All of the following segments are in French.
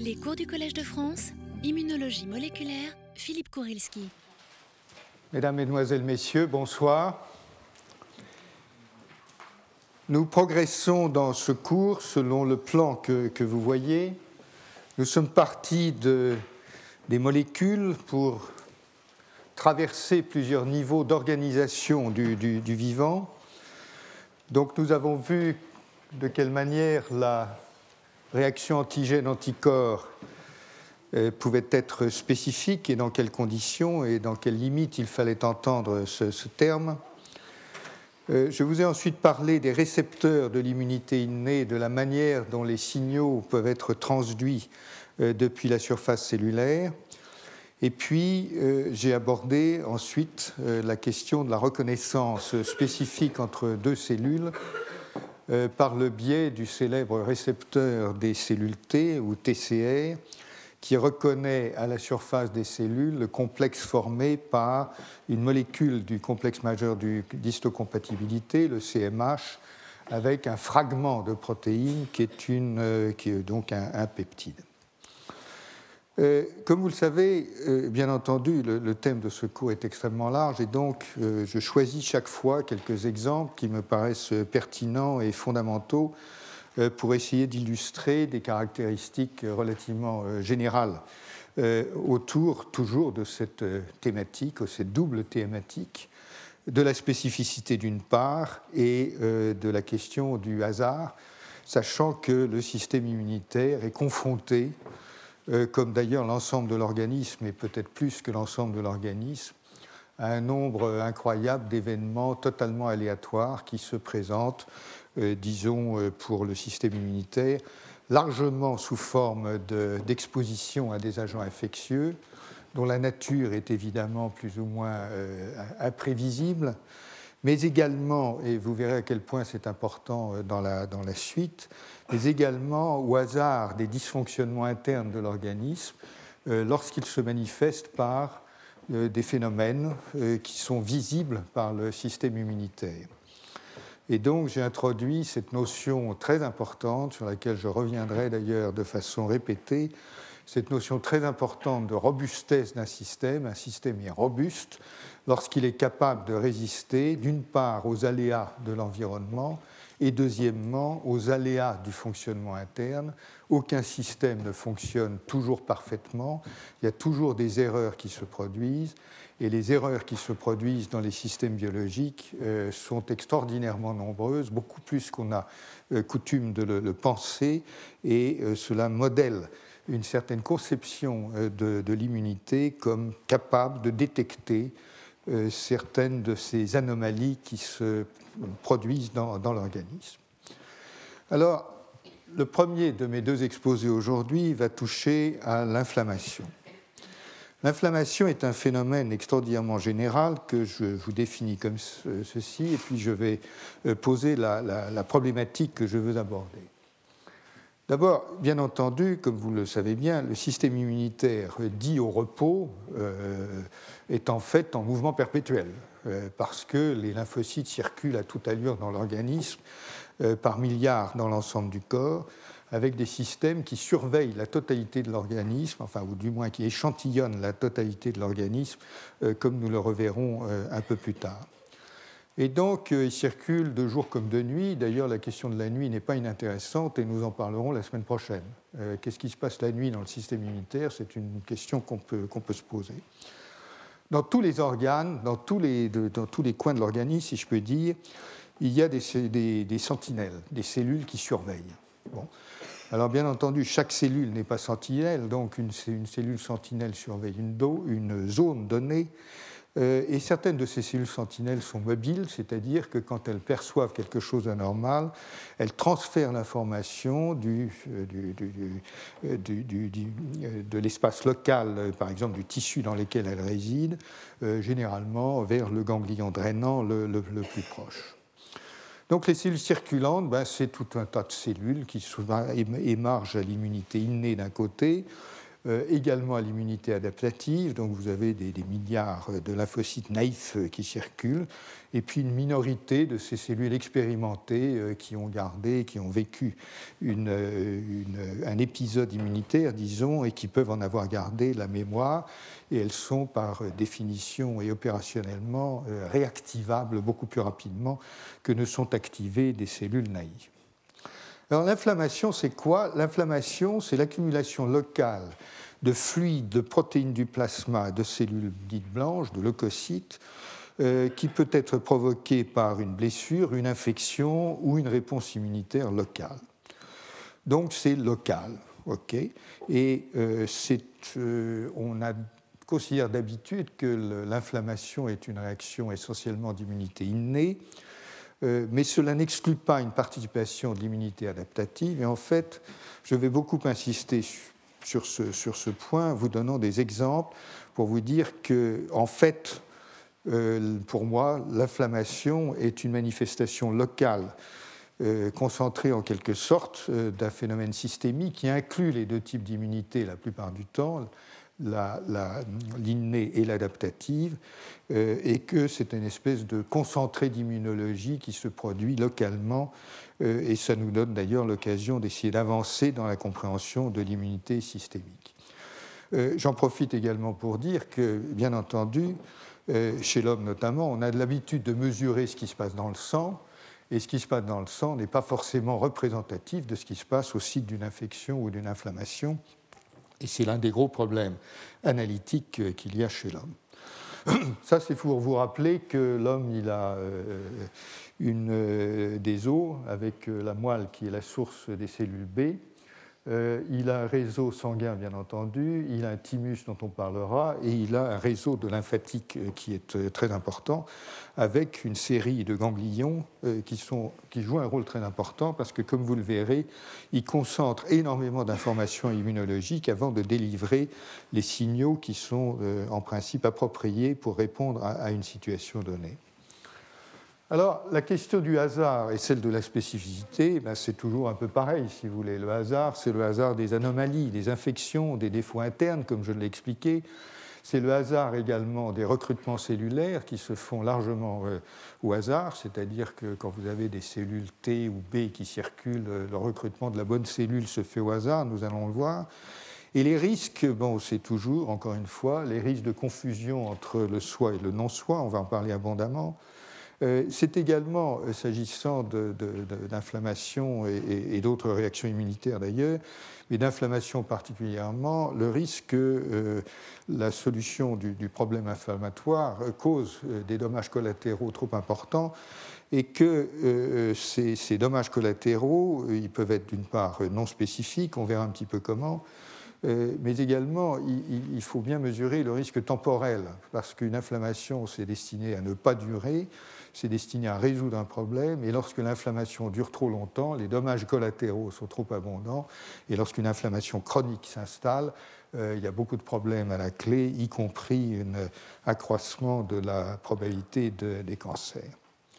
Les cours du Collège de France, immunologie moléculaire, Philippe Kourilski. Mesdames, Mesdemoiselles, Messieurs, bonsoir. Nous progressons dans ce cours selon le plan que vous voyez. Nous sommes partis des molécules pour traverser plusieurs niveaux d'organisation du vivant. Donc nous avons vu de quelle manière la réaction antigène-anticorps pouvait être spécifique et dans quelles conditions et dans quelles limites il fallait entendre ce terme. Je vous ai ensuite parlé des récepteurs de l'immunité innée, de la manière dont les signaux peuvent être transduits depuis la surface cellulaire. Et puis, j'ai abordé ensuite la question de la reconnaissance spécifique entre deux cellules par le biais du célèbre récepteur des cellules T ou TCR, qui reconnaît à la surface des cellules le complexe formé par une molécule du complexe majeur d'histocompatibilité, le CMH, avec un fragment de protéine qui est donc un peptide. Comme vous le savez, bien entendu, le thème de ce cours est extrêmement large et donc je choisis chaque fois quelques exemples qui me paraissent pertinents et fondamentaux pour essayer d'illustrer des caractéristiques relativement générales autour toujours de cette thématique, cette double thématique, de la spécificité d'une part et de la question du hasard, sachant que le système immunitaire est confronté, comme d'ailleurs l'ensemble de l'organisme, et peut-être plus que l'ensemble de l'organisme, à un nombre incroyable d'événements totalement aléatoires qui se présentent, disons, pour le système immunitaire, largement sous forme d'exposition à des agents infectieux, dont la nature est évidemment plus ou moins imprévisible, mais également, et vous verrez à quel point c'est important dans la suite, mais également au hasard des dysfonctionnements internes de l'organisme lorsqu'ils se manifestent par des phénomènes qui sont visibles par le système immunitaire. Et donc j'ai introduit cette notion très importante, sur laquelle je reviendrai d'ailleurs de façon répétée, cette notion très importante de robustesse d'un système. Un système est robuste lorsqu'il est capable de résister, d'une part, aux aléas de l'environnement et deuxièmement, aux aléas du fonctionnement interne. Aucun système ne fonctionne toujours parfaitement, il y a toujours des erreurs qui se produisent, et les erreurs qui se produisent dans les systèmes biologiques sont extraordinairement nombreuses, beaucoup plus qu'on a coutume de le penser, et cela modèle une certaine conception de l'immunité comme capable de détecter certaines de ces anomalies qui se produisent dans l'organisme. Alors, le premier de mes deux exposés aujourd'hui va toucher à l'inflammation. L'inflammation est un phénomène extraordinairement général que je vous définis comme ceci, et puis je vais poser la problématique que je veux aborder. D'abord, bien entendu, comme vous le savez bien, le système immunitaire dit au repos est en fait en mouvement perpétuel, parce que les lymphocytes circulent à toute allure dans l'organisme, par milliards dans l'ensemble du corps, avec des systèmes qui surveillent la totalité de l'organisme, enfin, ou du moins qui échantillonnent la totalité de l'organisme, comme nous le reverrons un peu plus tard. Et donc, il circule de jour comme de nuit. D'ailleurs, la question de la nuit n'est pas inintéressante et nous en parlerons la semaine prochaine. Qu'est-ce qui se passe la nuit dans le système immunitaire ? C'est une question qu'on peut se poser. Dans tous les organes, dans tous les coins de l'organisme, si je peux dire, il y a des sentinelles, des cellules qui surveillent. Bon. Alors, bien entendu, chaque cellule n'est pas sentinelle, donc une cellule sentinelle surveille une zone donnée. Et certaines de ces cellules sentinelles sont mobiles, c'est-à-dire que quand elles perçoivent quelque chose d'anormal, elles transfèrent l'information de l'espace local, par exemple du tissu dans lequel elles résident, généralement vers le ganglion drainant le plus proche. Donc les cellules circulantes, c'est tout un tas de cellules qui souvent émargent à l'immunité innée d'un côté, également à l'immunité adaptative. Donc vous avez des milliards de lymphocytes naïfs qui circulent, et puis une minorité de ces cellules expérimentées qui ont gardé, qui ont vécu un épisode immunitaire, disons, et qui peuvent en avoir gardé la mémoire, et elles sont par définition et opérationnellement réactivables beaucoup plus rapidement que ne sont activées des cellules naïves. Alors l'inflammation, c'est quoi? L'inflammation, c'est l'accumulation locale de fluides, de protéines du plasma, de cellules dites blanches, de leucocytes, qui peut être provoquée par une blessure, une infection ou une réponse immunitaire locale. Donc c'est local, ok? Et on considère d'habitude que l'inflammation est une réaction essentiellement d'immunité innée, mais cela n'exclut pas une participation de l'immunité adaptative. Et en fait, je vais beaucoup insister sur ce point, vous donnant des exemples pour vous dire que, en fait, pour moi, l'inflammation est une manifestation locale, concentrée en quelque sorte d'un phénomène systémique qui inclut les deux types d'immunité la plupart du temps, l'innée et l'adaptative, et que c'est une espèce de concentré d'immunologie qui se produit localement, et ça nous donne d'ailleurs l'occasion d'essayer d'avancer dans la compréhension de l'immunité systémique. J'en profite également pour dire que, bien entendu, chez l'homme notamment, on a de l'habitude de mesurer ce qui se passe dans le sang, et ce qui se passe dans le sang n'est pas forcément représentatif de ce qui se passe au site d'une infection ou d'une inflammation, et c'est l'un des gros problèmes analytiques qu'il y a chez l'homme. Ça, c'est pour vous rappeler que l'homme, il a des os avec la moelle qui est la source des cellules B. Il a un réseau sanguin, bien entendu, il a un thymus dont on parlera, et il a un réseau de lymphatique qui est très important, avec une série de ganglions qui jouent un rôle très important, parce que, comme vous le verrez, ils concentrent énormément d'informations immunologiques avant de délivrer les signaux qui sont en principe appropriés pour répondre à une situation donnée. Alors, la question du hasard et celle de la spécificité, c'est toujours un peu pareil, si vous voulez. Le hasard, c'est le hasard des anomalies, des infections, des défauts internes, comme je l'ai expliqué. C'est le hasard également des recrutements cellulaires qui se font largement au hasard, c'est-à-dire que quand vous avez des cellules T ou B qui circulent, le recrutement de la bonne cellule se fait au hasard, nous allons le voir. Et les risques, c'est toujours, encore une fois, les risques de confusion entre le soi et le non-soi, on va en parler abondamment. C'est également, s'agissant d'inflammation et d'autres réactions immunitaires d'ailleurs, mais d'inflammation particulièrement, le risque que la solution du problème inflammatoire cause des dommages collatéraux trop importants, et que ces dommages collatéraux, ils peuvent être d'une part non spécifiques, on verra un petit peu comment, mais également, il faut bien mesurer le risque temporel, parce qu'une inflammation, c'est destiné à ne pas durer, c'est destiné à résoudre un problème, et lorsque l'inflammation dure trop longtemps, les dommages collatéraux sont trop abondants, et lorsqu'une inflammation chronique s'installe, il y a beaucoup de problèmes à la clé, y compris un accroissement de la probabilité des cancers.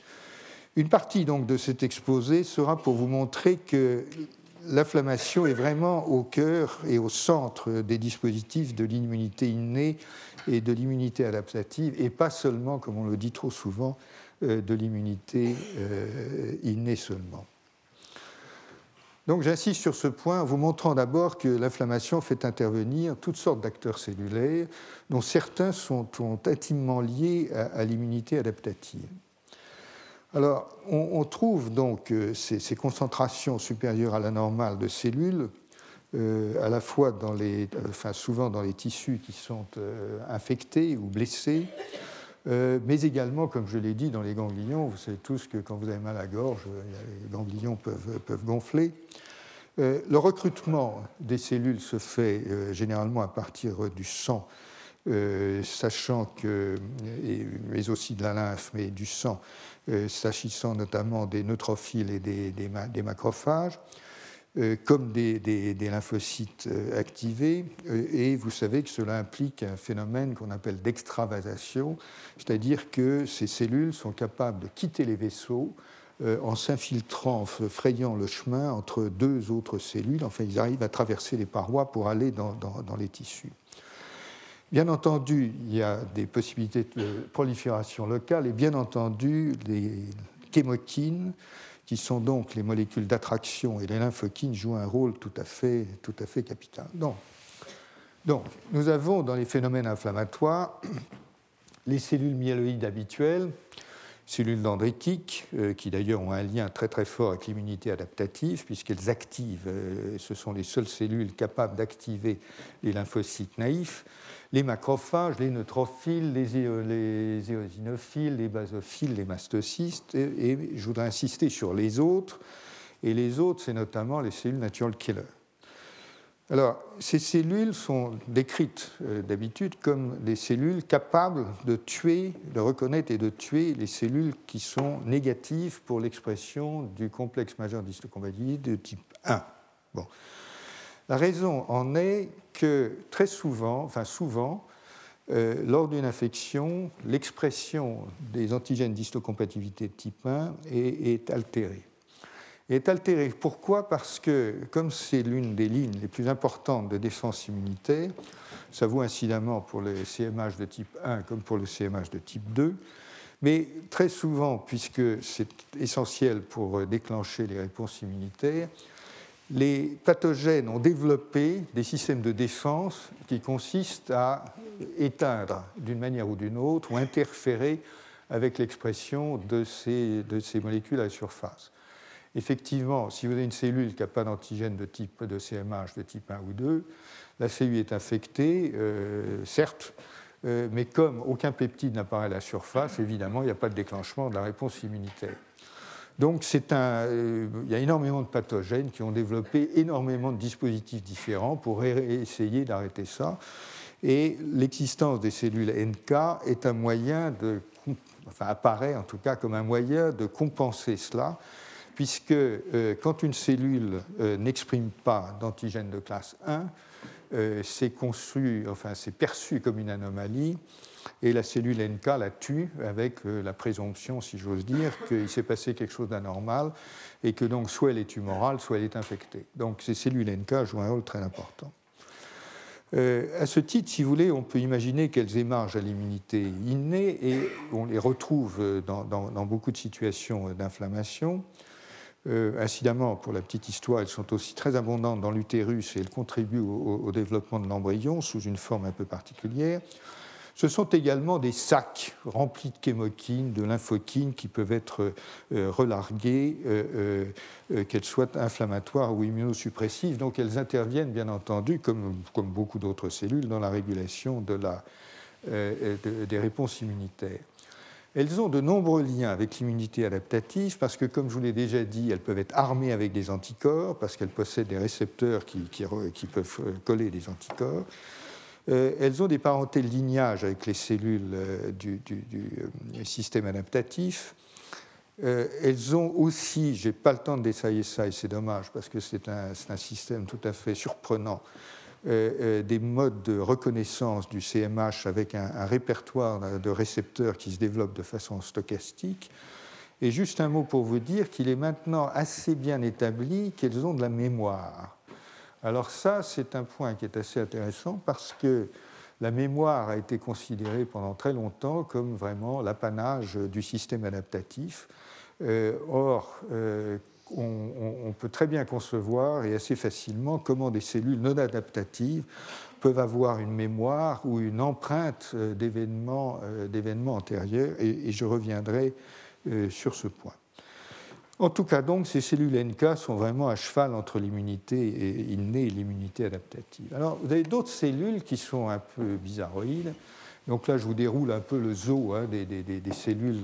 Une partie donc de cet exposé sera pour vous montrer que l'inflammation est vraiment au cœur et au centre des dispositifs de l'immunité innée et de l'immunité adaptative, et pas seulement, comme on le dit trop souvent, de l'immunité innée seulement. Donc j'insiste sur ce point en vous montrant d'abord que l'inflammation fait intervenir toutes sortes d'acteurs cellulaires, dont certains sont intimement liés à l'immunité adaptative. Alors, on trouve donc ces concentrations supérieures à la normale de cellules, à la fois souvent dans les tissus qui sont infectés ou blessés, mais également, comme je l'ai dit, dans les ganglions. Vous savez tous que quand vous avez mal à la gorge, les ganglions peuvent gonfler. Le recrutement des cellules se fait généralement à partir du sang, sachant que, mais aussi de la lymphe, mais du sang, s'agissant notamment des neutrophiles et des macrophages, comme des lymphocytes activés, et vous savez que cela implique un phénomène qu'on appelle d'extravasation, c'est-à-dire que ces cellules sont capables de quitter les vaisseaux en s'infiltrant, en frayant le chemin entre deux autres cellules. Enfin, ils arrivent à traverser les parois pour aller dans les tissus. Bien entendu, il y a des possibilités de prolifération locale et bien entendu, les chémokines, qui sont donc les molécules d'attraction, et les lymphokines jouent un rôle tout à fait capital. Donc, nous avons dans les phénomènes inflammatoires les cellules myéloïdes habituelles, cellules dendritiques, qui d'ailleurs ont un lien très très fort avec l'immunité adaptative, puisqu'elles activent, ce sont les seules cellules capables d'activer les lymphocytes naïfs, les macrophages, les neutrophiles, les éosinophiles, les basophiles, les mastocystes, et je voudrais insister sur les autres, et les autres, c'est notamment les cellules natural killer. Alors, ces cellules sont décrites d'habitude comme des cellules capables de tuer, de reconnaître et de tuer les cellules qui sont négatives pour l'expression du complexe majeur d'histocompatibilité de type 1. Bon. La raison en est que très souvent, lors d'une infection, l'expression des antigènes d'histocompatibilité de type 1 est altérée. Est altérée. Pourquoi ? Parce que, comme c'est l'une des lignes les plus importantes de défense immunitaire, ça vaut incidemment pour le CMH de type 1 comme pour le CMH de type 2, mais très souvent, puisque c'est essentiel pour déclencher les réponses immunitaires, les pathogènes ont développé des systèmes de défense qui consistent à éteindre d'une manière ou d'une autre ou interférer avec l'expression de ces molécules à la surface. Effectivement, si vous avez une cellule qui n'a pas d'antigène de type de CMH de type 1 ou 2, la cellule est infectée, certes, mais comme aucun peptide n'apparaît à la surface, évidemment, il n'y a pas de déclenchement de la réponse immunitaire. Donc, il y a énormément de pathogènes qui ont développé énormément de dispositifs différents pour essayer d'arrêter ça. Et l'existence des cellules NK est un moyen apparaît en tout cas comme un moyen de compenser cela, puisque quand une cellule n'exprime pas d'antigène de classe 1, c'est perçu comme une anomalie, et la cellule NK la tue avec la présomption, si j'ose dire, qu'il s'est passé quelque chose d'anormal, et que donc soit elle est tumorale, soit elle est infectée. Donc ces cellules NK jouent un rôle très important. À ce titre, si vous voulez, on peut imaginer qu'elles émargent à l'immunité innée, et on les retrouve dans beaucoup de situations d'inflammation. Incidemment, pour la petite histoire, elles sont aussi très abondantes dans l'utérus et elles contribuent au développement de l'embryon sous une forme un peu particulière. Ce sont également des sacs remplis de chémokines, de lymphokines qui peuvent être relarguées, qu'elles soient inflammatoires ou immunosuppressives. Donc elles interviennent, bien entendu, comme beaucoup d'autres cellules, dans la régulation des réponses immunitaires. Elles ont de nombreux liens avec l'immunité adaptative parce que, comme je vous l'ai déjà dit, elles peuvent être armées avec des anticorps parce qu'elles possèdent des récepteurs qui peuvent coller des anticorps. Elles ont des parentés de lignage avec les cellules du système adaptatif. Elles ont aussi, je n'ai pas le temps de détailler ça et c'est dommage parce que c'est un système tout à fait surprenant, des modes de reconnaissance du CMH avec un répertoire de récepteurs qui se développe de façon stochastique. Et juste un mot pour vous dire qu'il est maintenant assez bien établi qu'elles ont de la mémoire. Alors ça, c'est un point qui est assez intéressant parce que la mémoire a été considérée pendant très longtemps comme vraiment l'apanage du système adaptatif. Or, on peut très bien concevoir et assez facilement comment des cellules non adaptatives peuvent avoir une mémoire ou une empreinte d'événements antérieurs, et je reviendrai sur ce point. En tout cas, donc, ces cellules NK sont vraiment à cheval entre l'immunité innée et l'immunité adaptative. Alors, vous avez d'autres cellules qui sont un peu bizarroïdes. Donc là, je vous déroule un peu le zoo des cellules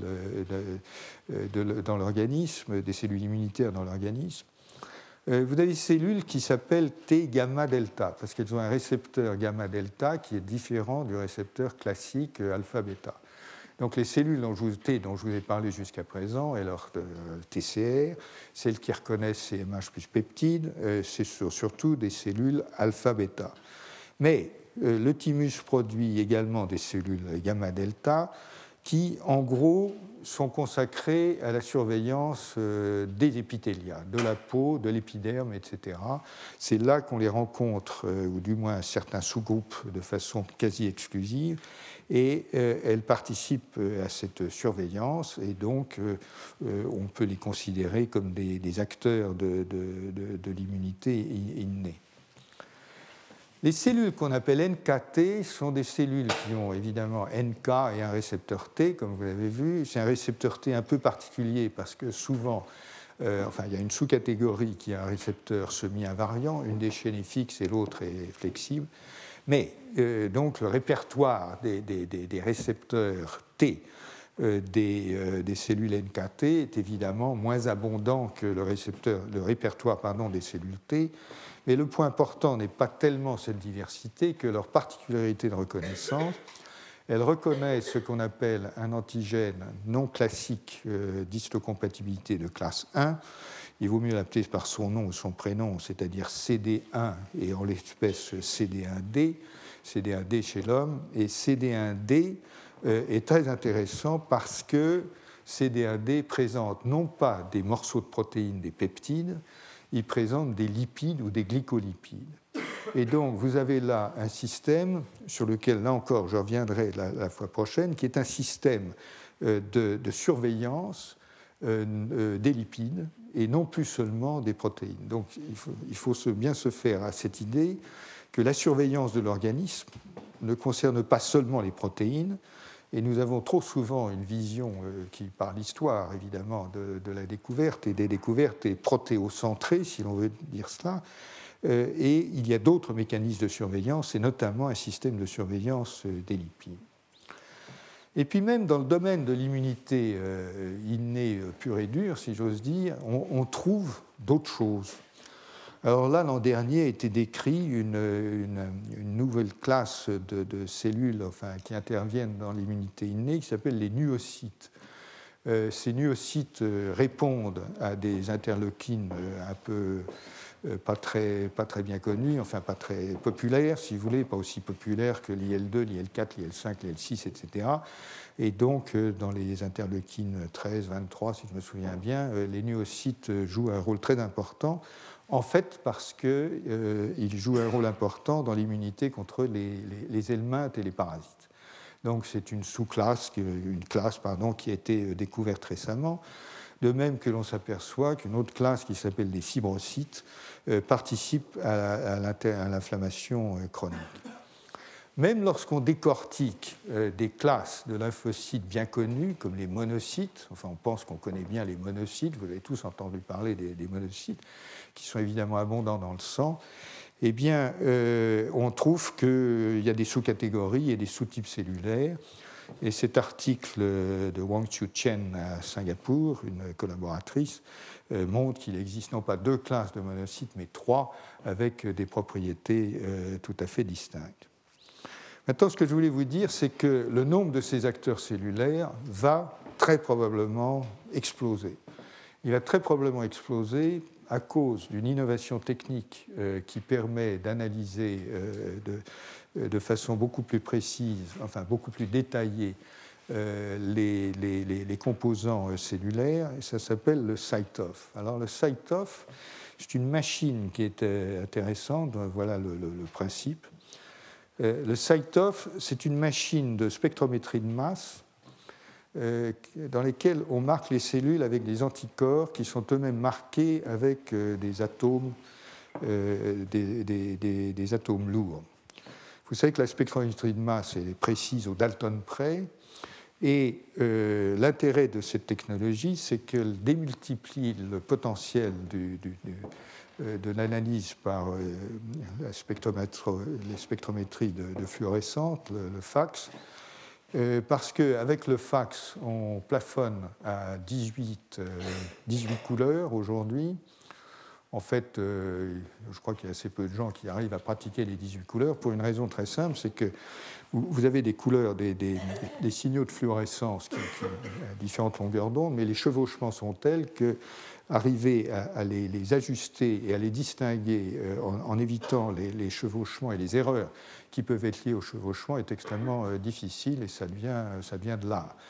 dans l'organisme, des cellules immunitaires dans l'organisme. Vous avez des cellules qui s'appellent T-gamma-delta, parce qu'elles ont un récepteur gamma-delta qui est différent du récepteur classique alpha-bêta. Donc les cellules dont je vous ai parlé jusqu'à présent, et leur TCR, celles qui reconnaissent CMH plus peptides, c'est surtout des cellules alpha-bêta. Mais le thymus produit également des cellules gamma-delta qui, en gros, sont consacrés à la surveillance des épithélias, de la peau, de l'épiderme, etc. C'est là qu'on les rencontre, ou du moins certains sous-groupes, de façon quasi exclusive, et elles participent à cette surveillance, et donc on peut les considérer comme des acteurs de l'immunité innée. Les cellules qu'on appelle NKT sont des cellules qui ont évidemment NK et un récepteur T, comme vous l'avez vu. C'est un récepteur T un peu particulier parce que souvent, il y a une sous-catégorie qui a un récepteur semi-invariant, une des chaînes est fixe et l'autre est flexible. Mais donc le répertoire des récepteurs T des cellules NKT est évidemment moins abondant que le répertoire des cellules T. Mais le point important n'est pas tellement cette diversité que leur particularité de reconnaissance. Elles reconnaissent ce qu'on appelle un antigène non classique d'histocompatibilité de classe 1. Il vaut mieux l'appeler par son nom ou son prénom, c'est-à-dire CD1 et en l'espèce CD1D chez l'homme. Et CD1D est très intéressant parce que CD1D présente non pas des morceaux de protéines, des peptides, il présente des lipides ou des glycolipides. Et donc, vous avez là un système sur lequel, là encore, je reviendrai la fois prochaine, qui est un système de surveillance des lipides et non plus seulement des protéines. Donc, il faut bien se faire à cette idée que la surveillance de l'organisme ne concerne pas seulement les protéines, et nous avons trop souvent une vision qui, par l'histoire évidemment de la découverte et des découvertes, est protéocentrée, si l'on veut dire cela, et il y a d'autres mécanismes de surveillance, et notamment un système de surveillance des lipides. Et puis même dans le domaine de l'immunité innée pure et dure, si j'ose dire, on trouve d'autres choses. Alors là, l'an dernier a été décrit une nouvelle classe de cellules qui interviennent dans l'immunité innée qui s'appelle les nuocytes. Ces nuocytes répondent à des interleukines un peu pas très bien connues, pas très populaires, si vous voulez, pas aussi populaires que l'IL2, l'IL4, l'IL5, l'IL6, etc. Et donc, dans les interleukines 13, 23, si je me souviens bien, les nuocytes jouent un rôle très important. En fait, parce qu'ils jouent un rôle important dans l'immunité contre les helminthes et les parasites. Donc c'est une sous-classe, qui a été découverte récemment, de même que l'on s'aperçoit qu'une autre classe qui s'appelle les fibrocytes participe à l'inflammation chronique. Même lorsqu'on décortique des classes de lymphocytes bien connues, comme les monocytes, on pense qu'on connaît bien les monocytes, vous avez tous entendu parler des monocytes, qui sont évidemment abondants dans le sang, eh bien, on trouve qu'il y a des sous-catégories et des sous-types cellulaires. Et cet article de Wang Chiu Chen à Singapour, une collaboratrice, montre qu'il existe non pas 2 classes de monocytes, mais 3, avec des propriétés tout à fait distinctes. Maintenant, ce que je voulais vous dire, c'est que le nombre de ces acteurs cellulaires va très probablement exploser. Il va très probablement exploser à cause d'une innovation technique qui permet d'analyser de façon beaucoup plus précise, beaucoup plus détaillée, les composants cellulaires, et ça s'appelle le CyTOF. Alors le CyTOF, c'est une machine qui est intéressante, voilà le principe. Le CyTOF, c'est une machine de spectrométrie de masse dans lesquelles on marque les cellules avec des anticorps qui sont eux-mêmes marqués avec des atomes lourds. Vous savez que la spectrométrie de masse est précise au Dalton près, et l'intérêt de cette technologie, c'est qu'elle démultiplie le potentiel de l'analyse par les spectrométries de fluorescentes, le FACS, parce qu'avec le FACS, on plafonne à 18 couleurs aujourd'hui. En fait, je crois qu'il y a assez peu de gens qui arrivent à pratiquer les 18 couleurs pour une raison très simple, c'est que vous avez des couleurs, des signaux de fluorescence à différentes longueurs d'onde, mais les chevauchements sont tels que arriver à les ajuster et à les distinguer en évitant les chevauchements et les erreurs qui peuvent être liées aux chevauchements est extrêmement difficile, et ça devient de l'art.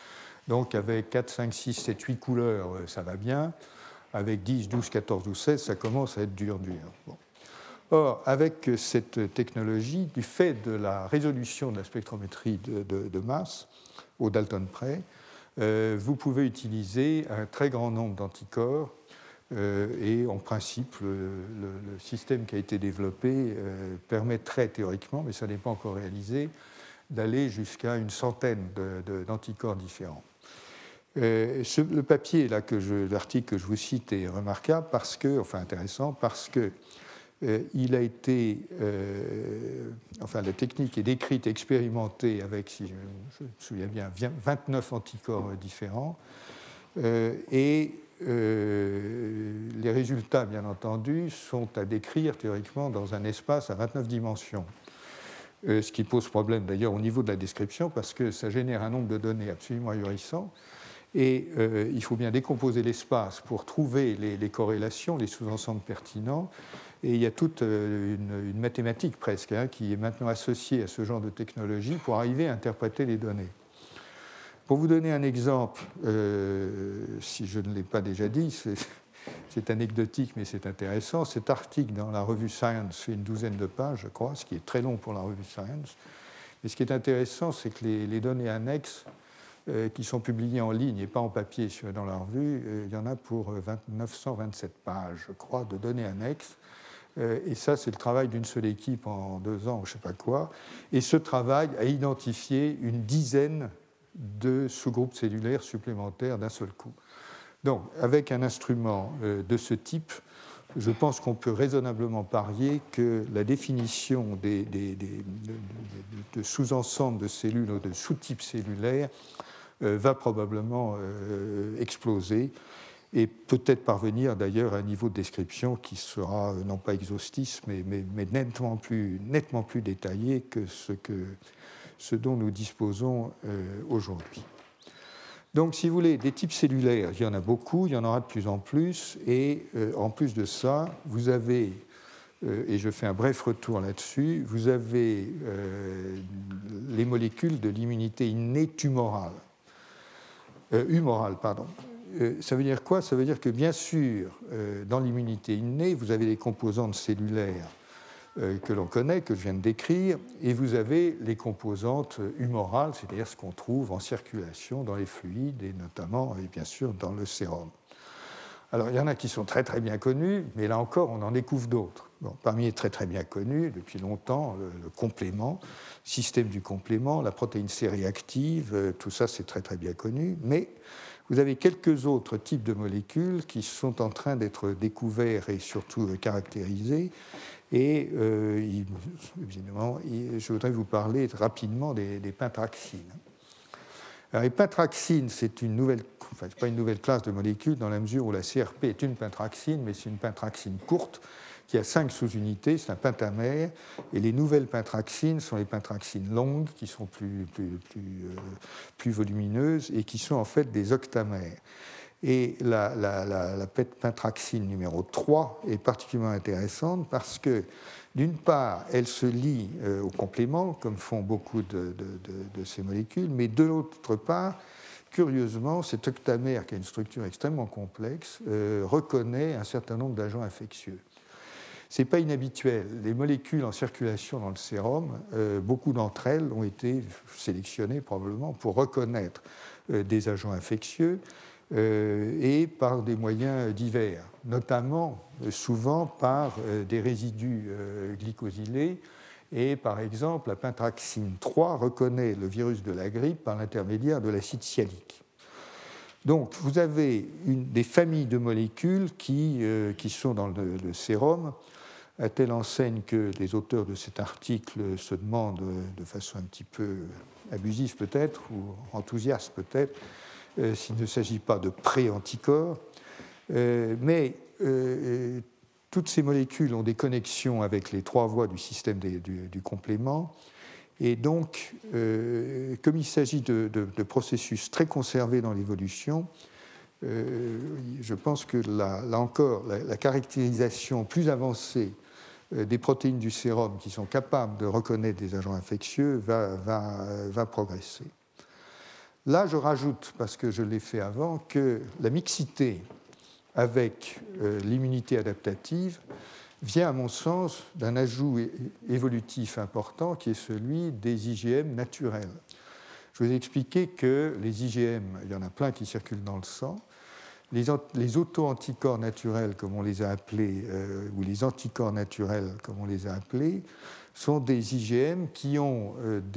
Donc avec 4, 5, 6, 7, 8 couleurs, ça va bien. Avec 10, 12, 14 ou 16, ça commence à être dur. Bon. Or, avec cette technologie, du fait de la résolution de la spectrométrie de masse, au Dalton près, vous pouvez utiliser un très grand nombre d'anticorps et en principe, le système qui a été développé permettrait théoriquement, mais ça n'est pas encore réalisé, d'aller jusqu'à une centaine d'anticorps différents. Le papier, l'article que je vous cite est remarquable intéressant parce que il a été, la technique est décrite, expérimentée avec, si je me souviens bien, 29 anticorps différents, et les résultats, bien entendu, sont à décrire théoriquement dans un espace à 29 dimensions. Ce qui pose problème d'ailleurs au niveau de la description parce que ça génère un nombre de données absolument ahurissant. Et il faut bien décomposer l'espace pour trouver les corrélations, les sous-ensembles pertinents. Et il y a toute une mathématique presque qui est maintenant associée à ce genre de technologie pour arriver à interpréter les données. Pour vous donner un exemple, si je ne l'ai pas déjà dit, c'est anecdotique mais c'est intéressant. Cet article dans la revue Science fait une douzaine de pages, je crois, ce qui est très long pour la revue Science. Mais ce qui est intéressant, c'est que les données annexes qui sont publiées en ligne et pas en papier dans la revue, il y en a pour 927 pages, je crois, de données annexes. Et ça, c'est le travail d'une seule équipe en 2 ans, ou je ne sais pas quoi. Et ce travail a identifié une dizaine de sous-groupes cellulaires supplémentaires d'un seul coup. Donc, avec un instrument de ce type, je pense qu'on peut raisonnablement parier que la définition de sous-ensembles de cellules ou de sous-types cellulaires va probablement exploser et peut-être parvenir d'ailleurs à un niveau de description qui sera non pas exhaustif, mais nettement plus détaillé que ce dont nous disposons aujourd'hui. Donc, si vous voulez, des types cellulaires, il y en a beaucoup, il y en aura de plus en plus, et en plus de ça, vous avez, et je fais un bref retour là-dessus, vous avez les molécules de l'immunité innée humorale. Ça veut dire quoi? Ça veut dire que, bien sûr, dans l'immunité innée, vous avez les composantes cellulaires que l'on connaît, que je viens de décrire, et vous avez les composantes humorales, c'est-à-dire ce qu'on trouve en circulation dans les fluides, et notamment, et bien sûr, dans le sérum. Alors, il y en a qui sont très très bien connus, mais là encore, on en découvre d'autres. Bon, parmi les très très bien connus, depuis longtemps, le complément, système du complément, la protéine C réactive, tout ça c'est très très bien connu, mais vous avez quelques autres types de molécules qui sont en train d'être découverts et surtout caractérisés. Et évidemment, je voudrais vous parler rapidement des pentraxines. Alors, les pentraxines, c'est pas une nouvelle classe de molécules dans la mesure où la CRP est une pentraxine, mais c'est une pentraxine courte qui a 5 sous-unités, c'est un pentamère, et les nouvelles pentraxines sont les pentraxines longues, qui sont plus volumineuses et qui sont en fait des octamères. Et la pentraxine numéro 3 est particulièrement intéressante parce que, d'une part, elle se lie au complément, comme font beaucoup de ces molécules, mais de l'autre part, curieusement, cet octamère, qui a une structure extrêmement complexe, reconnaît un certain nombre d'agents infectieux. Ce n'est pas inhabituel. Les molécules en circulation dans le sérum, beaucoup d'entre elles ont été sélectionnées probablement pour reconnaître des agents infectieux et par des moyens divers, notamment souvent par des résidus glycosylés. Et par exemple, la pentraxine 3 reconnaît le virus de la grippe par l'intermédiaire de l'acide sialique. Donc, vous avez des familles de molécules qui sont dans le sérum, à telle enseigne que les auteurs de cet article se demandent de façon un petit peu abusive peut-être, ou enthousiaste peut-être, s'il ne s'agit pas de pré-anticorps. Mais toutes ces molécules ont des connexions avec les 3 voies du système du complément. Et donc, comme il s'agit de processus très conservés dans l'évolution, je pense que là encore, la caractérisation plus avancée des protéines du sérum qui sont capables de reconnaître des agents infectieux va progresser. Là, je rajoute, parce que je l'ai fait avant, que la mixité avec l'immunité adaptative vient, à mon sens, d'un ajout évolutif important qui est celui des IgM naturels. Je vous ai expliqué que les IgM, il y en a plein qui circulent dans le sang. Les auto-anticorps naturels, comme on les a appelés, ou les anticorps naturels, comme on les a appelés, sont des IgM qui ont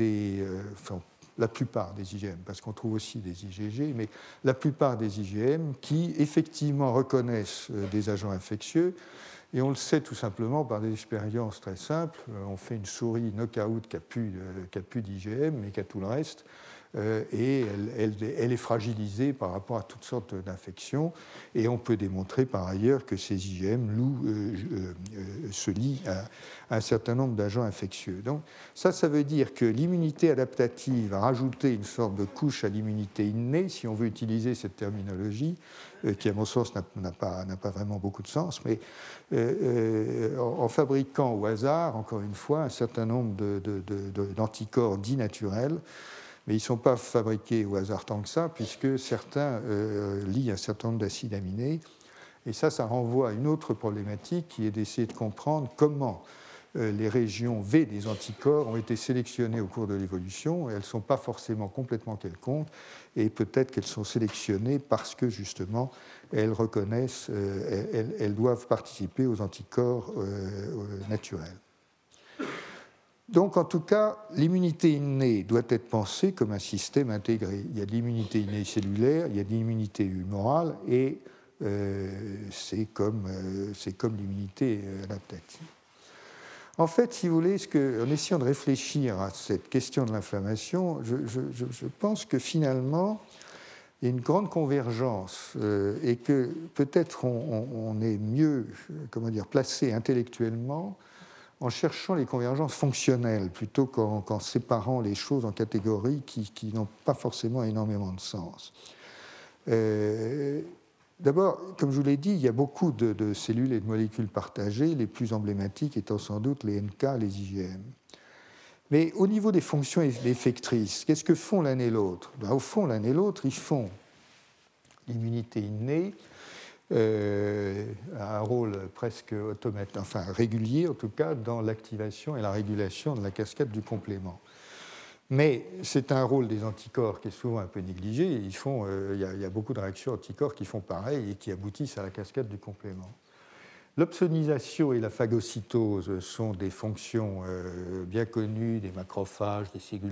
la plupart des IgM, parce qu'on trouve aussi des IgG, mais la plupart des IgM qui effectivement reconnaissent des agents infectieux, et on le sait tout simplement par des expériences très simples. On fait une souris knockout qui n'a plus d'IgM, mais qui a tout le reste, et elle est fragilisée par rapport à toutes sortes d'infections, et on peut démontrer par ailleurs que ces IgM se lient à un certain nombre d'agents infectieux. Donc ça veut dire que l'immunité adaptative a rajouté une sorte de couche à l'immunité innée, si on veut utiliser cette terminologie, qui à mon sens n'a pas vraiment beaucoup de sens, mais en fabriquant au hasard, encore une fois, un certain nombre d'anticorps dits naturels, mais ils ne sont pas fabriqués au hasard tant que ça, puisque certains lient un certain nombre d'acides aminés. Et ça renvoie à une autre problématique qui est d'essayer de comprendre comment les régions V des anticorps ont été sélectionnées au cours de l'évolution. Et elles ne sont pas forcément complètement quelconques, et peut-être qu'elles sont sélectionnées parce que, justement, elles reconnaissent, elles doivent participer aux anticorps naturels. Donc, en tout cas, l'immunité innée doit être pensée comme un système intégré. Il y a de l'immunité innée cellulaire, il y a de l'immunité humorale, et c'est comme l'immunité adaptative. En fait, si vous voulez, en essayant de réfléchir à cette question de l'inflammation, je pense que finalement, il y a une grande convergence et que peut-être on est mieux placé intellectuellement en cherchant les convergences fonctionnelles plutôt qu'en séparant les choses en catégories qui n'ont pas forcément énormément de sens. D'abord, comme je vous l'ai dit, il y a beaucoup de cellules et de molécules partagées, les plus emblématiques étant sans doute les NK, les IgM. Mais au niveau des fonctions effectrices, qu'est-ce que font l'un et l'autre ? Au fond, l'un et l'autre, ils font l'immunité innée, a un rôle presque automatique, enfin régulier en tout cas, dans l'activation et la régulation de la cascade du complément. Mais c'est un rôle des anticorps qui est souvent un peu négligé. Il y a beaucoup de réactions anticorps qui font pareil et qui aboutissent à la cascade du complément. L'opsonisation et la phagocytose sont des fonctions bien connues des macrophages, des cellules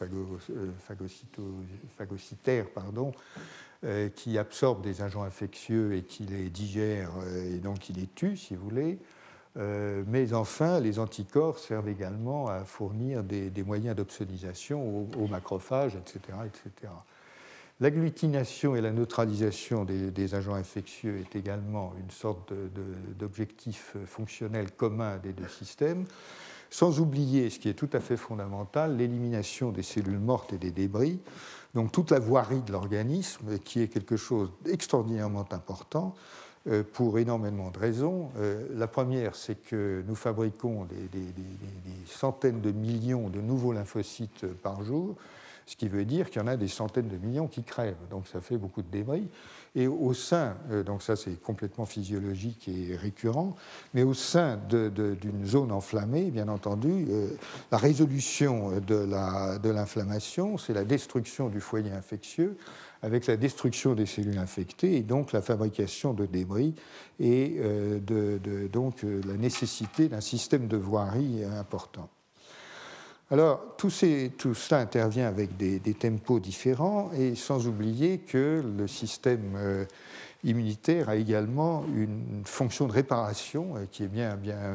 phagocytaires, qui absorbent des agents infectieux et qui les digèrent et donc qui les tuent, si vous voulez. Mais enfin, les anticorps servent également à fournir des moyens d'opsonisation aux macrophages, etc., etc. L'agglutination et la neutralisation des agents infectieux est également une sorte d'objectif fonctionnel commun des deux systèmes, sans oublier, ce qui est tout à fait fondamental, l'élimination des cellules mortes et des débris, donc toute la voirie de l'organisme, qui est quelque chose d'extraordinairement important pour énormément de raisons. La première, c'est que nous fabriquons des centaines de millions de nouveaux lymphocytes par jour, ce qui veut dire qu'il y en a des centaines de millions qui crèvent, donc ça fait beaucoup de débris. Et au sein, donc ça c'est complètement physiologique et récurrent, mais au sein d'une zone enflammée, bien entendu, la résolution de l'inflammation, c'est la destruction du foyer infectieux, avec la destruction des cellules infectées et donc la fabrication de débris et donc la nécessité d'un système de voirie important. Alors, tout cela intervient avec des tempos différents et sans oublier que le système immunitaire a également une fonction de réparation qui est bien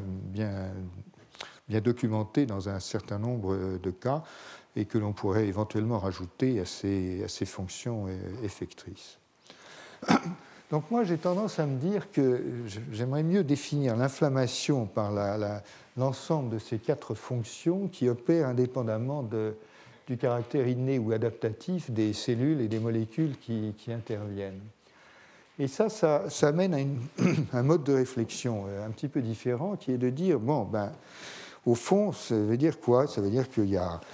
documentée dans un certain nombre de cas et que l'on pourrait éventuellement rajouter à ces fonctions effectrices. Donc moi, j'ai tendance à me dire que j'aimerais mieux définir l'inflammation par l'ensemble de ces 4 fonctions qui opèrent indépendamment du caractère inné ou adaptatif des cellules et des molécules qui interviennent. Et ça amène à un mode de réflexion un petit peu différent qui est de dire, Au fond, ça veut dire quoi? Ça veut dire qu'il y a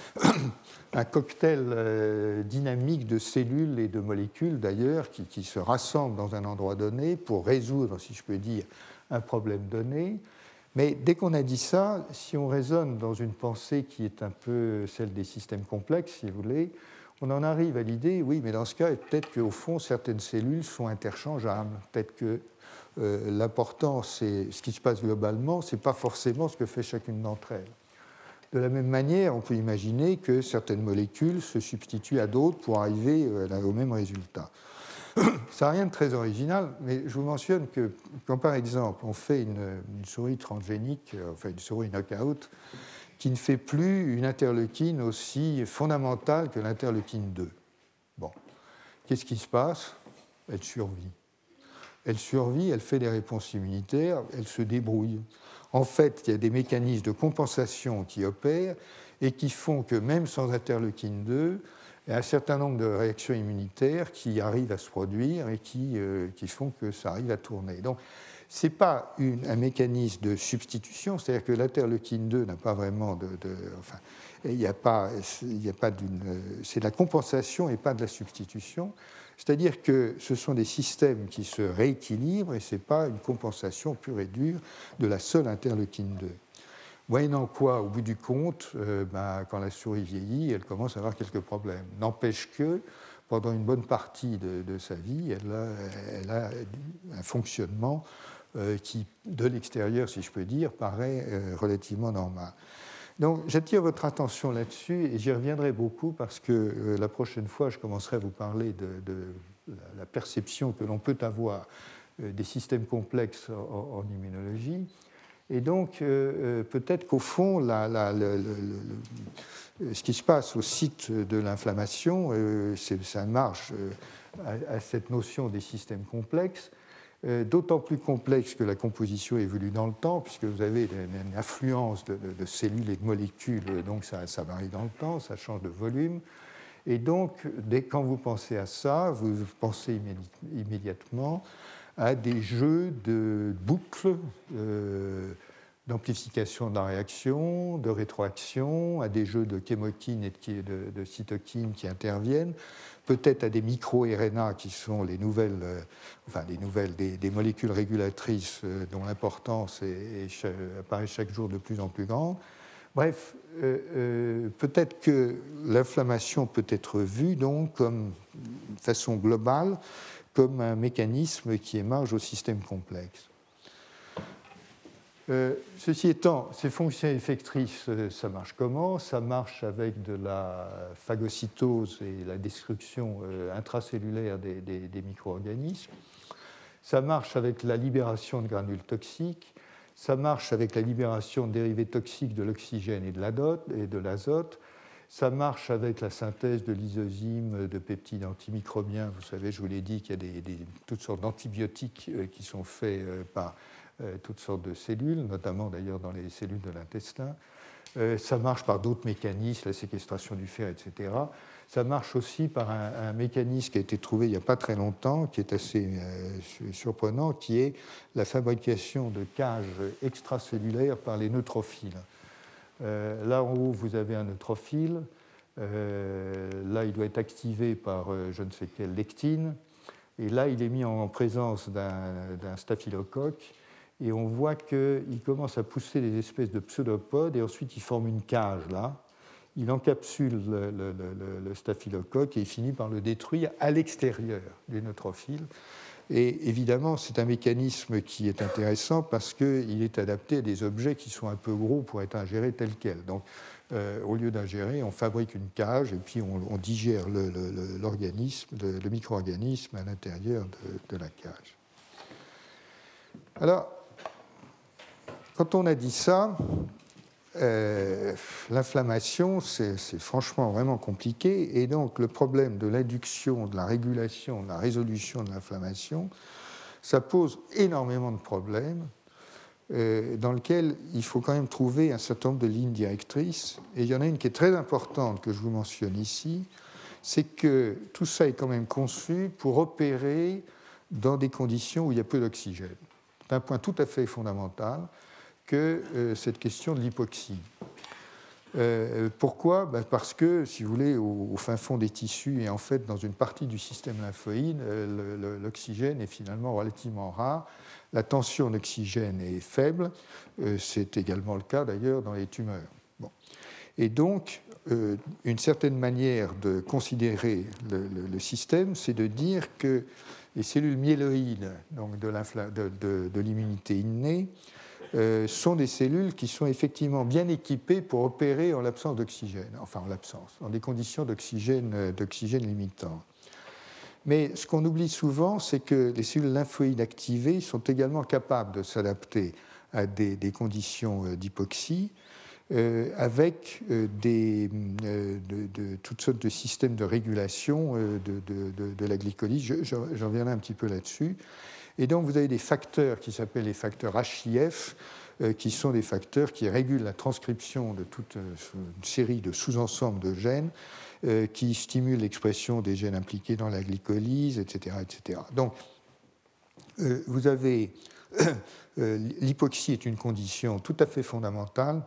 un cocktail dynamique de cellules et de molécules, d'ailleurs, qui se rassemblent dans un endroit donné pour résoudre, si je peux dire, un problème donné. Mais dès qu'on a dit ça, si on raisonne dans une pensée qui est un peu celle des systèmes complexes, si vous voulez, on en arrive à l'idée, oui, mais dans ce cas, peut-être qu'au fond, certaines cellules sont interchangeables. Peut-être que l'important, c'est ce qui se passe globalement, ce n'est pas forcément ce que fait chacune d'entre elles. De la même manière, on peut imaginer que certaines molécules se substituent à d'autres pour arriver au même résultat. Ça n'a rien de très original, mais je vous mentionne que quand, par exemple, on fait une souris transgénique, enfin une souris knockout, qui ne fait plus une interleukine aussi fondamentale que l'interleukine 2. Bon, qu'est-ce qui se passe? Elle survit. Elle survit, elle fait des réponses immunitaires, elle se débrouille. En fait, il y a des mécanismes de compensation qui opèrent et qui font que même sans interleukine 2, il y a un certain nombre de réactions immunitaires qui arrivent à se produire et qui font que ça arrive à tourner. Donc, ce n'est pas un mécanisme de substitution, c'est-à-dire que l'interleukine 2 n'a pas vraiment enfin, il n'y a pas c'est de la compensation et pas de la substitution. C'est-à-dire que ce sont des systèmes qui se rééquilibrent et ce n'est pas une compensation pure et dure de la seule interleukine 2. Moyennant quoi, au bout du compte, quand la souris vieillit, elle commence à avoir quelques problèmes. N'empêche que, pendant une bonne partie de sa vie, elle a un fonctionnement qui, de l'extérieur, si je peux dire, paraît relativement normal. Donc, j'attire votre attention là-dessus et j'y reviendrai beaucoup parce que la prochaine fois, je commencerai à vous parler de la perception que l'on peut avoir des systèmes complexes en immunologie. Et donc, peut-être qu'au fond, ce qui se passe au site de l'inflammation, ça marche à cette notion des systèmes complexes, d'autant plus complexe que la composition évolue dans le temps, puisque vous avez une affluence de cellules et de molécules, donc ça varie dans le temps, ça change de volume. Et donc, quand vous pensez à ça, vous pensez immédiatement à des jeux de boucles d'amplification de la réaction, de rétroaction, à des jeux de chémokines et de cytokines qui interviennent, peut-être à des micro-RNA qui sont des molécules régulatrices dont l'importance apparaît chaque jour de plus en plus grande. Bref, peut-être que l'inflammation peut être vue donc comme, de façon globale, comme un mécanisme qui émerge au système complexe. Ceci étant, ces fonctions effectrices, ça marche comment? Ça marche avec de la phagocytose et la destruction intracellulaire des micro-organismes. Ça marche avec la libération de granules toxiques. Ça marche avec la libération de dérivés toxiques de l'oxygène et de l'azote. Ça marche avec la synthèse de lysozymes, de peptides antimicrobiens. Vous savez, je vous l'ai dit qu'il y a toutes sortes d'antibiotiques qui sont faits par toutes sortes de cellules, notamment d'ailleurs dans les cellules de l'intestin. Ça marche par d'autres mécanismes, la séquestration du fer, etc. Ça marche aussi par un mécanisme qui a été trouvé il n'y a pas très longtemps, qui est assez surprenant, qui est la fabrication de cages extracellulaires par les neutrophiles. Là en haut, vous avez un neutrophile. Là, il doit être activé par je ne sais quelle lectine. Et là, il est mis en présence d'un staphylocoque. Et on voit qu'il commence à pousser des espèces de pseudopodes, et ensuite il forme une cage là. Il encapsule le staphylocoque et il finit par le détruire à l'extérieur du neutrophile. Et évidemment, c'est un mécanisme qui est intéressant parce qu'il est adapté à des objets qui sont un peu gros pour être ingérés tels quels. Donc, au lieu d'ingérer, on fabrique une cage et puis on digère l'organisme, le micro-organisme à l'intérieur de la cage. Alors, quand on a dit ça, l'inflammation, c'est franchement vraiment compliqué. Et donc, le problème de l'induction, de la régulation, de la résolution de l'inflammation, ça pose énormément de problèmes dans lesquels il faut quand même trouver un certain nombre de lignes directrices. Et il y en a une qui est très importante que je vous mentionne ici, c'est que tout ça est quand même conçu pour opérer dans des conditions où il y a peu d'oxygène. C'est un point tout à fait fondamental, que cette question de l'hypoxie. Pourquoi ? Parce que, si vous voulez, au fin fond des tissus et en fait dans une partie du système lymphoïde, l'oxygène est finalement relativement rare. La tension en oxygène est faible. C'est également le cas d'ailleurs dans les tumeurs. Bon. Et donc, une certaine manière de considérer le système, c'est de dire que les cellules myéloïdes donc de l'immunité innée sont des cellules qui sont effectivement bien équipées pour opérer en l'absence d'oxygène, dans des conditions d'oxygène limitantes. Mais ce qu'on oublie souvent, c'est que les cellules lymphoïdes activées sont également capables de s'adapter à des conditions d'hypoxie, avec toutes sortes de systèmes de régulation de la glycolyse. J'en reviendrai un petit peu là-dessus. Et donc, vous avez des facteurs qui s'appellent les facteurs HIF, qui sont des facteurs qui régulent la transcription de toute une série de sous-ensembles de gènes, qui stimulent l'expression des gènes impliqués dans la glycolyse, etc. etc. Donc, vous avez... l'hypoxie est une condition tout à fait fondamentale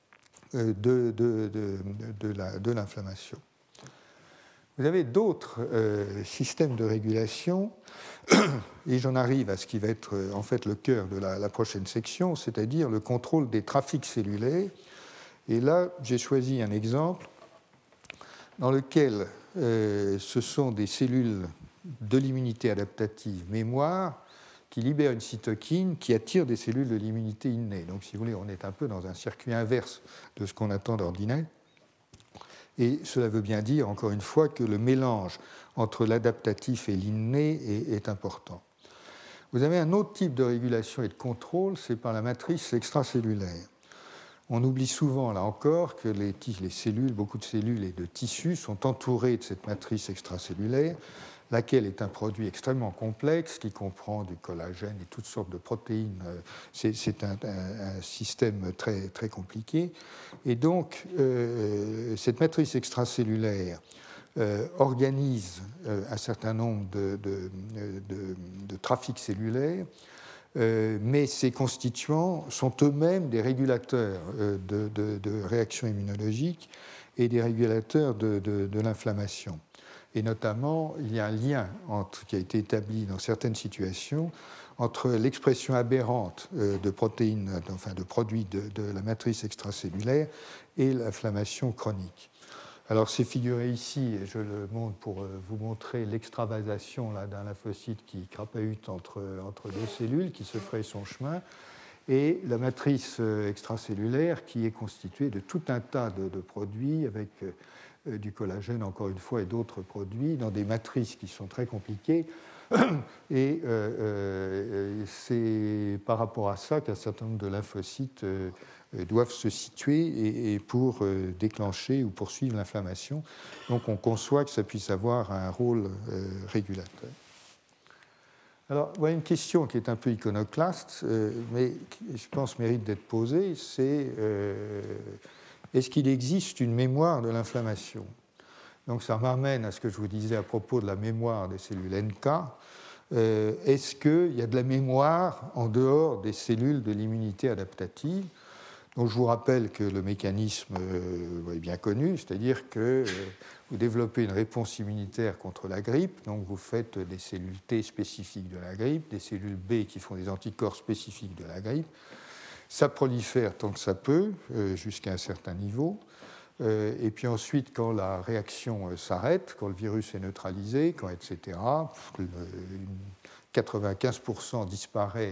de l'inflammation. Vous avez d'autres systèmes de régulation, et j'en arrive à ce qui va être en fait le cœur de la prochaine section, c'est-à-dire le contrôle des trafics cellulaires. Et là, j'ai choisi un exemple dans lequel ce sont des cellules de l'immunité adaptative mémoire qui libèrent une cytokine qui attire des cellules de l'immunité innée. Donc, si vous voulez, on est un peu dans un circuit inverse de ce qu'on attend d'ordinaire. Et cela veut bien dire, encore une fois, que le mélange entre l'adaptatif et l'inné est important. Vous avez un autre type de régulation et de contrôle, c'est par la matrice extracellulaire. On oublie souvent, là encore, que les cellules, beaucoup de cellules et de tissus sont entourés de cette matrice extracellulaire, laquelle est un produit extrêmement complexe qui comprend du collagène et toutes sortes de protéines. C'est un système très, très compliqué. Et donc, cette matrice extracellulaire organise un certain nombre de trafics cellulaires, mais ces constituants sont eux-mêmes des régulateurs de réactions immunologiques et des régulateurs de l'inflammation. Et notamment, il y a un lien qui a été établi dans certaines situations entre l'expression aberrante de protéines, enfin de produits de la matrice extracellulaire et l'inflammation chronique. Alors, c'est figuré ici, et je le montre pour vous montrer l'extravasation d'un lymphocyte qui crapahute entre deux cellules, qui se ferait son chemin, et la matrice extracellulaire qui est constituée de tout un tas de produits avec du collagène, encore une fois, et d'autres produits, dans des matrices qui sont très compliquées. Et c'est par rapport à ça qu'un certain nombre de lymphocytes doivent se situer et pour déclencher ou poursuivre l'inflammation. Donc on conçoit que ça puisse avoir un rôle régulateur. Alors, voilà une question qui est un peu iconoclaste, mais qui, je pense, mérite d'être posée, c'est est-ce qu'il existe une mémoire de l'inflammation ? Donc ça m'amène à ce que je vous disais à propos de la mémoire des cellules NK. Est-ce qu'il y a de la mémoire en dehors des cellules de l'immunité adaptative ? Donc je vous rappelle que le mécanisme est bien connu, c'est-à-dire que vous développez une réponse immunitaire contre la grippe, donc vous faites des cellules T spécifiques de la grippe, des cellules B qui font des anticorps spécifiques de la grippe. Ça prolifère tant que ça peut, jusqu'à un certain niveau. Et puis ensuite, quand la réaction s'arrête, quand le virus est neutralisé, etc., 95% disparaît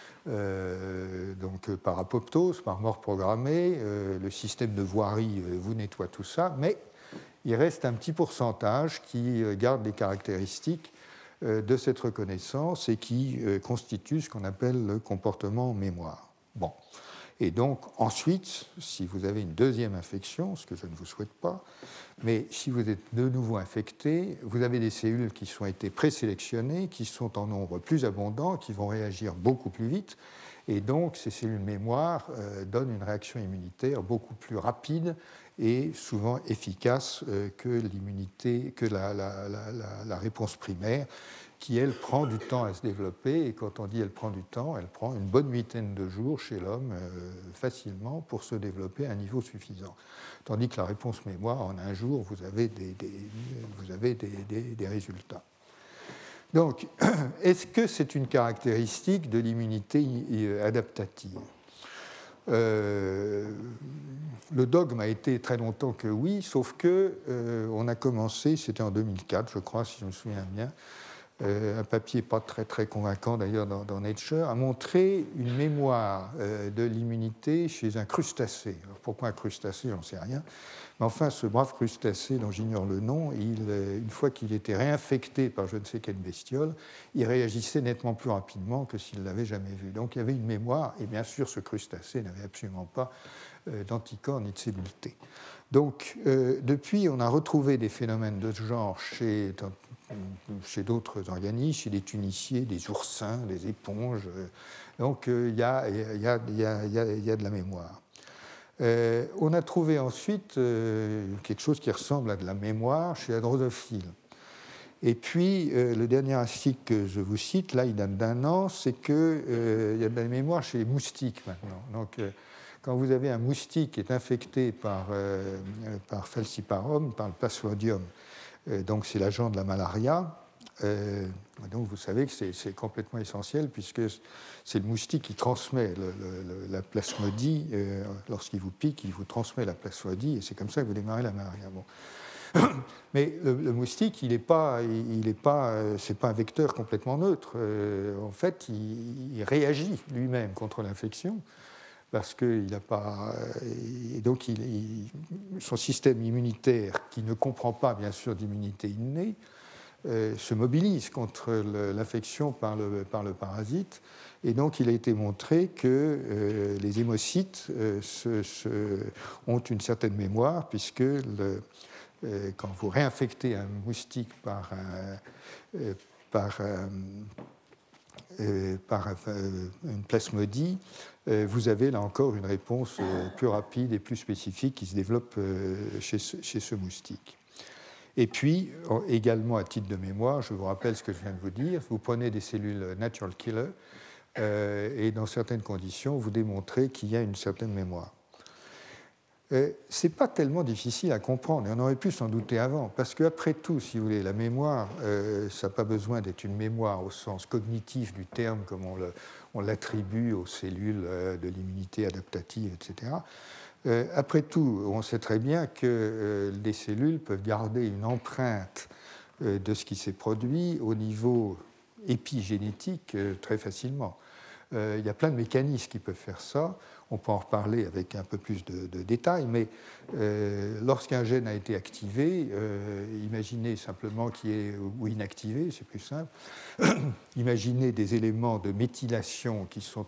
donc par apoptose, par mort programmée, le système de voirie vous nettoie tout ça, mais il reste un petit pourcentage qui garde les caractéristiques de cette reconnaissance et qui constitue ce qu'on appelle le comportement mémoire. Bon. Et donc, ensuite, si vous avez une deuxième infection, ce que je ne vous souhaite pas, mais si vous êtes de nouveau infecté, vous avez des cellules qui ont été présélectionnées, qui sont en nombre plus abondant, qui vont réagir beaucoup plus vite, et donc ces cellules mémoire donnent une réaction immunitaire beaucoup plus rapide et souvent efficace que l'immunité, que la réponse primaire. qui, elle, prend du temps à se développer. Et quand on dit elle prend du temps, elle prend une bonne huitaine de jours chez l'homme facilement pour se développer à un niveau suffisant. Tandis que la réponse mémoire, en un jour, vous avez des résultats. Donc, est-ce que c'est une caractéristique de l'immunité adaptative ? Le dogme a été très longtemps que oui, sauf que on a commencé, c'était en 2004, je crois, si je me souviens bien, un papier pas très, très convaincant d'ailleurs dans Nature, a montré une mémoire de l'immunité chez un crustacé. Alors, pourquoi un crustacé, j'en sais rien. Mais enfin, ce brave crustacé, dont j'ignore le nom, une fois qu'il était réinfecté par je ne sais quelle bestiole, il réagissait nettement plus rapidement que s'il ne l'avait jamais vu. Donc il y avait une mémoire, et bien sûr, ce crustacé n'avait absolument pas d'anticorps ni de cellules T. Donc, depuis, on a retrouvé des phénomènes de ce genre chez d'autres organismes, chez des tuniciers, des oursins, des éponges. Donc, il y a de la mémoire. On a trouvé ensuite quelque chose qui ressemble à de la mémoire chez la drosophile. Et puis, le dernier article que je vous cite, là, il date d'1 an, c'est qu'il y a de la mémoire chez les moustiques maintenant. Donc, quand vous avez un moustique qui est infecté par falciparum, par le plasmodium, donc c'est l'agent de la malaria, donc vous savez que c'est complètement essentiel puisque c'est le moustique qui transmet la plasmodie. Lorsqu'il vous pique, il vous transmet la plasmodie et c'est comme ça que vous démarrez la malaria. Bon. Mais le moustique, c'est pas un vecteur complètement neutre. En fait, il réagit lui-même contre l'infection parce qu'il n'a pas. Et donc, son système immunitaire, qui ne comprend pas, bien sûr, d'immunité innée, se mobilise contre l'infection par le parasite. Et donc, il a été montré que les hémocytes ont une certaine mémoire, puisque quand vous réinfectez un moustique par une plasmodie, vous avez là encore une réponse plus rapide et plus spécifique qui se développe chez ce moustique. Et puis, également à titre de mémoire, je vous rappelle ce que je viens de vous dire, vous prenez des cellules natural killer et dans certaines conditions, vous démontrez qu'il y a une certaine mémoire. Ce n'est pas tellement difficile à comprendre, et on aurait pu s'en douter avant, parce qu'après tout, si vous voulez, la mémoire, ça n'a pas besoin d'être une mémoire au sens cognitif du terme, comme on l'attribue aux cellules de l'immunité adaptative, etc. Après tout, on sait très bien que les cellules peuvent garder une empreinte de ce qui s'est produit au niveau épigénétique très facilement. Il y a plein de mécanismes qui peuvent faire ça. On peut en reparler avec un peu plus de détails, mais lorsqu'un gène a été activé, imaginez simplement qu'il est ou inactivé, c'est plus simple. Imaginez des éléments de méthylation qui sont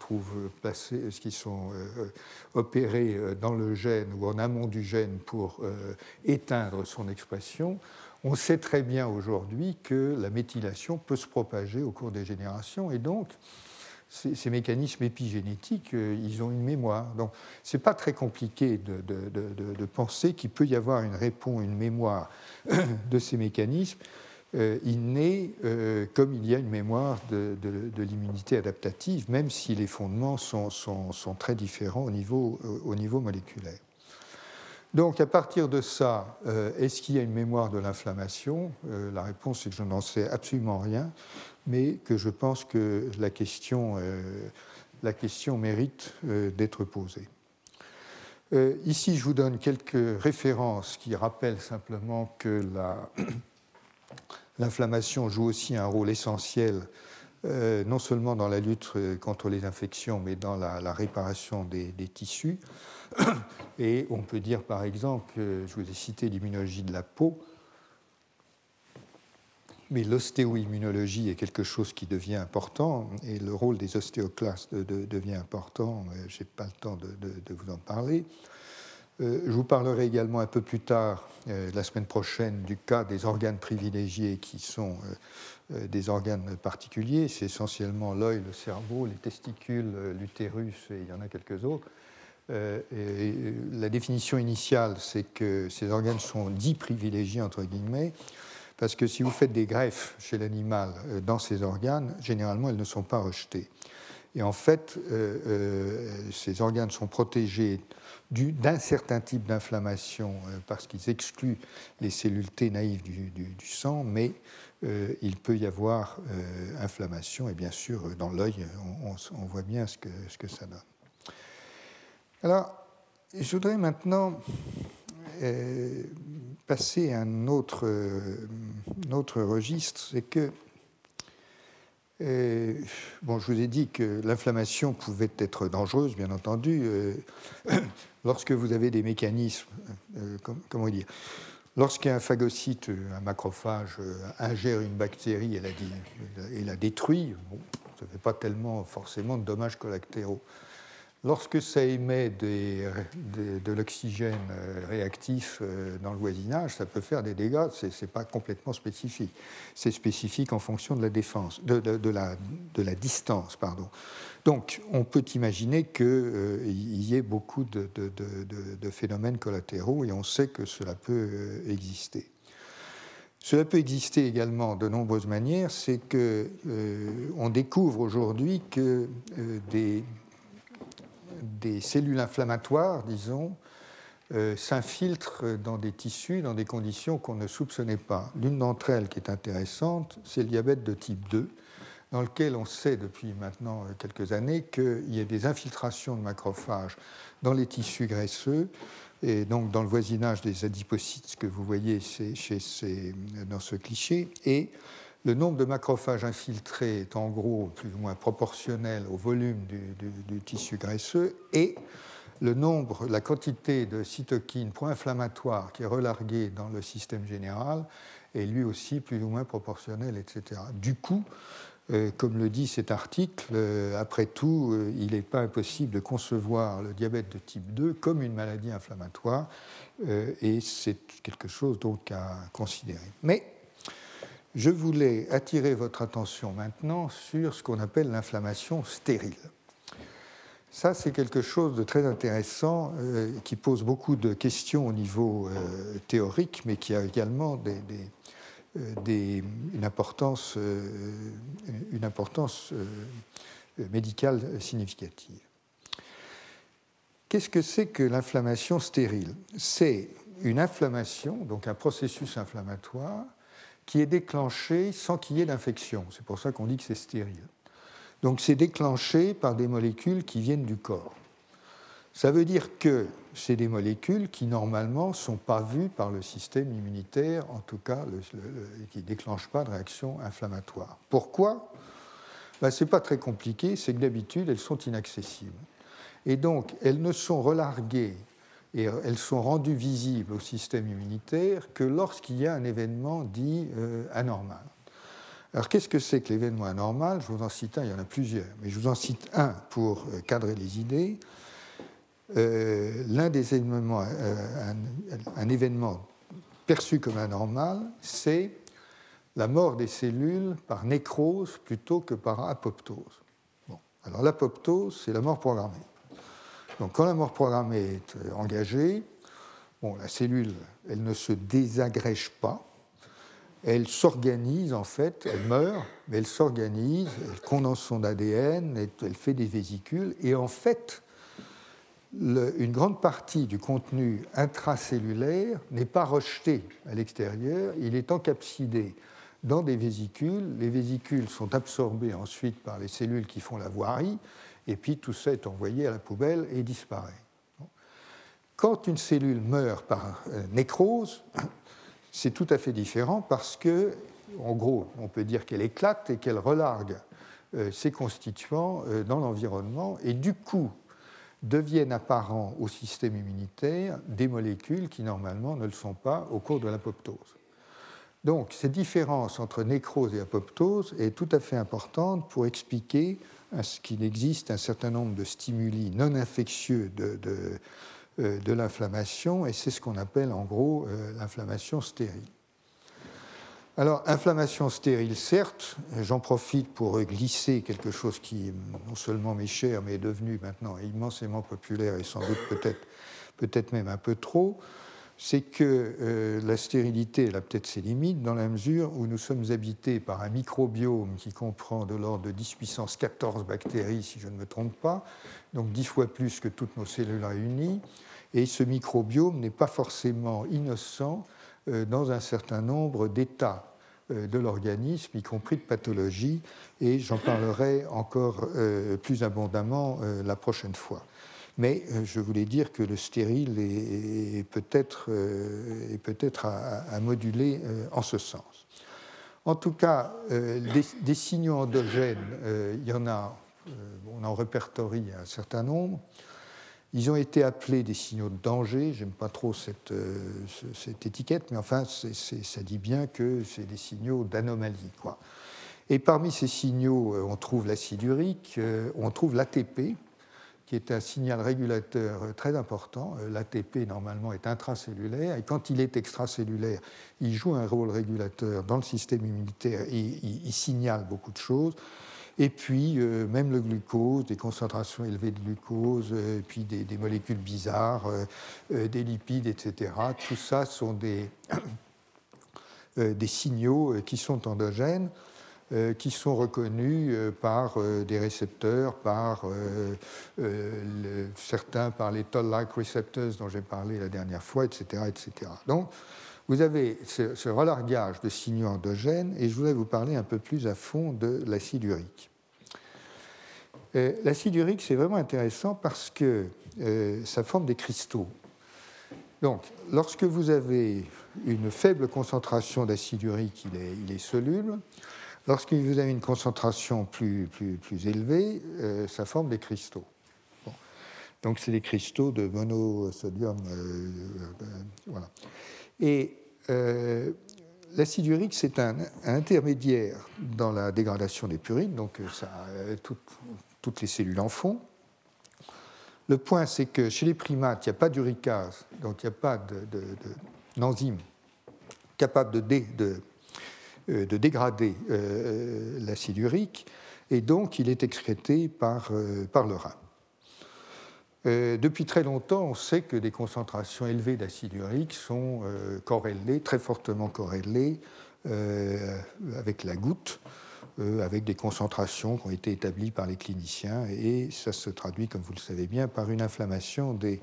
opérés dans le gène ou en amont du gène pour éteindre son expression. On sait très bien aujourd'hui que la méthylation peut se propager au cours des générations et donc ces mécanismes épigénétiques, ils ont une mémoire. Donc, ce n'est pas très compliqué de penser qu'il peut y avoir une mémoire de ces mécanismes innés, comme il y a une mémoire de l'immunité adaptative, même si les fondements sont très différents au niveau moléculaire. Donc, à partir de ça, est-ce qu'il y a une mémoire de l'inflammation ? La réponse est que je n'en sais absolument rien, mais que je pense que la question mérite d'être posée. Ici, je vous donne quelques références qui rappellent simplement que l'inflammation joue aussi un rôle essentiel, non seulement dans la lutte contre les infections, mais dans la réparation des tissus. Et on peut dire, par exemple, je vous ai cité l'immunologie de la peau, mais l'ostéo-immunologie est quelque chose qui devient important et le rôle des ostéoclastes devient important. Je n'ai pas le temps de vous en parler. Je vous parlerai également un peu plus tard, la semaine prochaine, du cas des organes privilégiés qui sont des organes particuliers. C'est essentiellement l'œil, le cerveau, les testicules, l'utérus et il y en a quelques autres. La définition initiale, c'est que ces organes sont dits privilégiés, entre guillemets, parce que si vous faites des greffes chez l'animal dans ses organes, généralement, elles ne sont pas rejetées. Et en fait, ces organes sont protégés d'un certain type d'inflammation parce qu'ils excluent les cellules T naïves du sang, mais il peut y avoir inflammation, et bien sûr, dans l'œil, on voit bien ce que ça donne. Alors, je voudrais maintenant passer à un autre registre, c'est que bon, je vous ai dit que l'inflammation pouvait être dangereuse, bien entendu, lorsque vous avez des mécanismes, comment dire, lorsqu'un phagocyte, un macrophage, ingère une bactérie et la détruit, bon, ça ne fait pas tellement forcément de dommages collatéraux. Lorsque ça émet de l'oxygène réactif dans le voisinage, ça peut faire des dégâts, ce n'est pas complètement spécifique. C'est spécifique en fonction de la distance. Pardon. Donc, on peut imaginer qu'il y ait beaucoup de phénomènes collatéraux et on sait que cela peut exister. Cela peut exister également de nombreuses manières. C'est qu'on découvre aujourd'hui que des cellules inflammatoires, disons, s'infiltrent dans des tissus, dans des conditions qu'on ne soupçonnait pas. L'une d'entre elles qui est intéressante, c'est le diabète de type 2, dans lequel on sait depuis maintenant quelques années qu'il y a des infiltrations de macrophages dans les tissus graisseux, et donc dans le voisinage des adipocytes, ce que vous voyez dans ce cliché, et le nombre de macrophages infiltrés est en gros plus ou moins proportionnel au volume du tissu graisseux et la quantité de cytokines pro-inflammatoires qui est relarguée dans le système général est lui aussi plus ou moins proportionnelle, etc. Du coup, comme le dit cet article, après tout, il n'est pas impossible de concevoir le diabète de type 2 comme une maladie inflammatoire et c'est quelque chose donc à considérer. Mais je voulais attirer votre attention maintenant sur ce qu'on appelle l'inflammation stérile. Ça, c'est quelque chose de très intéressant qui pose beaucoup de questions au niveau théorique, mais qui a également une importance médicale significative. Qu'est-ce que c'est que l'inflammation stérile ? C'est une inflammation, donc un processus inflammatoire, qui est déclenché sans qu'il y ait d'infection. C'est pour ça qu'on dit que c'est stérile. Donc c'est déclenché par des molécules qui viennent du corps. Ça veut dire que c'est des molécules qui, normalement, ne sont pas vues par le système immunitaire, en tout cas, qui ne déclenchent pas de réaction inflammatoire. Pourquoi ? Ce n'est pas très compliqué, c'est que d'habitude, elles sont inaccessibles. Et donc, elles ne sont relarguées et elles sont rendues visibles au système immunitaire que lorsqu'il y a un événement dit anormal. Alors, qu'est-ce que c'est que l'événement anormal ? Je vous en cite un, il y en a plusieurs, mais je vous en cite un pour cadrer les idées. L'un des événements, un événement perçu comme anormal, c'est la mort des cellules par nécrose plutôt que par apoptose. Bon. Alors, l'apoptose, c'est la mort programmée. Donc, quand la mort programmée est engagée, la cellule, elle ne se désagrège pas, elle s'organise en fait, elle meurt, mais elle s'organise, elle condense son ADN, elle fait des vésicules, et en fait, une grande partie du contenu intracellulaire n'est pas rejeté à l'extérieur, il est encapsidé dans des vésicules, les vésicules sont absorbées ensuite par les cellules qui font la voirie, et puis tout ça est envoyé à la poubelle et disparaît. Quand une cellule meurt par nécrose, c'est tout à fait différent parce que, en gros, on peut dire qu'elle éclate et qu'elle relargue ses constituants dans l'environnement et du coup deviennent apparents au système immunitaire des molécules qui normalement ne le sont pas au cours de l'apoptose. Donc cette différence entre nécrose et apoptose est tout à fait importante pour expliquer qu'il existe un certain nombre de stimuli non infectieux de l'inflammation, et c'est ce qu'on appelle en gros l'inflammation stérile. Alors, inflammation stérile, certes, j'en profite pour glisser quelque chose qui non seulement m'est cher, mais est devenu maintenant immensément populaire et sans doute peut-être même un peu trop. c'est que la stérilité, elle a peut-être ses limites dans la mesure où nous sommes habités par un microbiome qui comprend de l'ordre de 10 puissance 14 bactéries, si je ne me trompe pas, donc 10 fois plus que toutes nos cellules réunies. Et ce microbiome n'est pas forcément innocent dans un certain nombre d'états de l'organisme, y compris de pathologie, et j'en parlerai encore plus abondamment la prochaine fois. Mais je voulais dire que le stérile est peut-être à moduler en ce sens. En tout cas, des signaux endogènes, il y en a, on en répertorie un certain nombre. Ils ont été appelés des signaux de danger. Je n'aime pas trop cette étiquette, mais enfin, ça dit bien que c'est des signaux d'anomalie, quoi. Et parmi ces signaux, on trouve l'acide urique, on trouve l'ATP, qui est un signal régulateur très important. L'ATP, normalement, est intracellulaire, et quand il est extracellulaire, il joue un rôle régulateur dans le système immunitaire, et il signale beaucoup de choses. Et puis, même le glucose, des concentrations élevées de glucose, et puis des molécules bizarres, des lipides, etc. Tout ça sont des signaux qui sont endogènes, qui sont reconnus par des récepteurs, certains par les toll-like receptors dont j'ai parlé la dernière fois, etc. etc. Donc, vous avez ce relargage de signaux endogènes, et je voudrais vous parler un peu plus à fond de l'acide urique. L'acide urique, c'est vraiment intéressant parce que ça forme des cristaux. Donc, lorsque vous avez une faible concentration d'acide urique, il est soluble. Lorsque vous avez une concentration plus élevée, ça forme des cristaux. Bon. Donc, c'est des cristaux de monosodium. Voilà. Et l'acide urique, c'est un intermédiaire dans la dégradation des purines, donc toutes les cellules en font. Le point, c'est que chez les primates, il n'y a pas d'uricase, donc il n'y a pas d'enzyme capable de dégrader l'acide urique, et donc il est excrété par le rein. Depuis très longtemps, on sait que des concentrations élevées d'acide urique sont corrélées, très fortement corrélées avec la goutte, avec des concentrations qui ont été établies par les cliniciens, et ça se traduit, comme vous le savez bien, par une inflammation des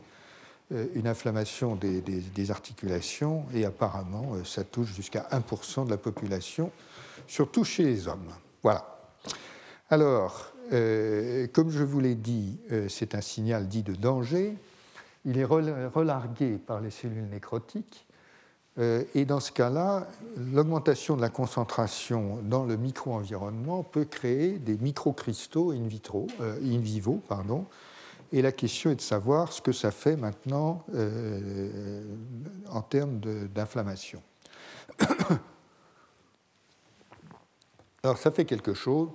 articulations, et apparemment, ça touche jusqu'à 1% de la population, surtout chez les hommes. Voilà. Alors, comme je vous l'ai dit, c'est un signal dit de danger. Il est relargué par les cellules nécrotiques. Et dans ce cas-là, l'augmentation de la concentration dans le micro-environnement peut créer des microcristaux in vivo. Et la question est de savoir ce que ça fait maintenant en termes d'inflammation. Alors, ça fait quelque chose.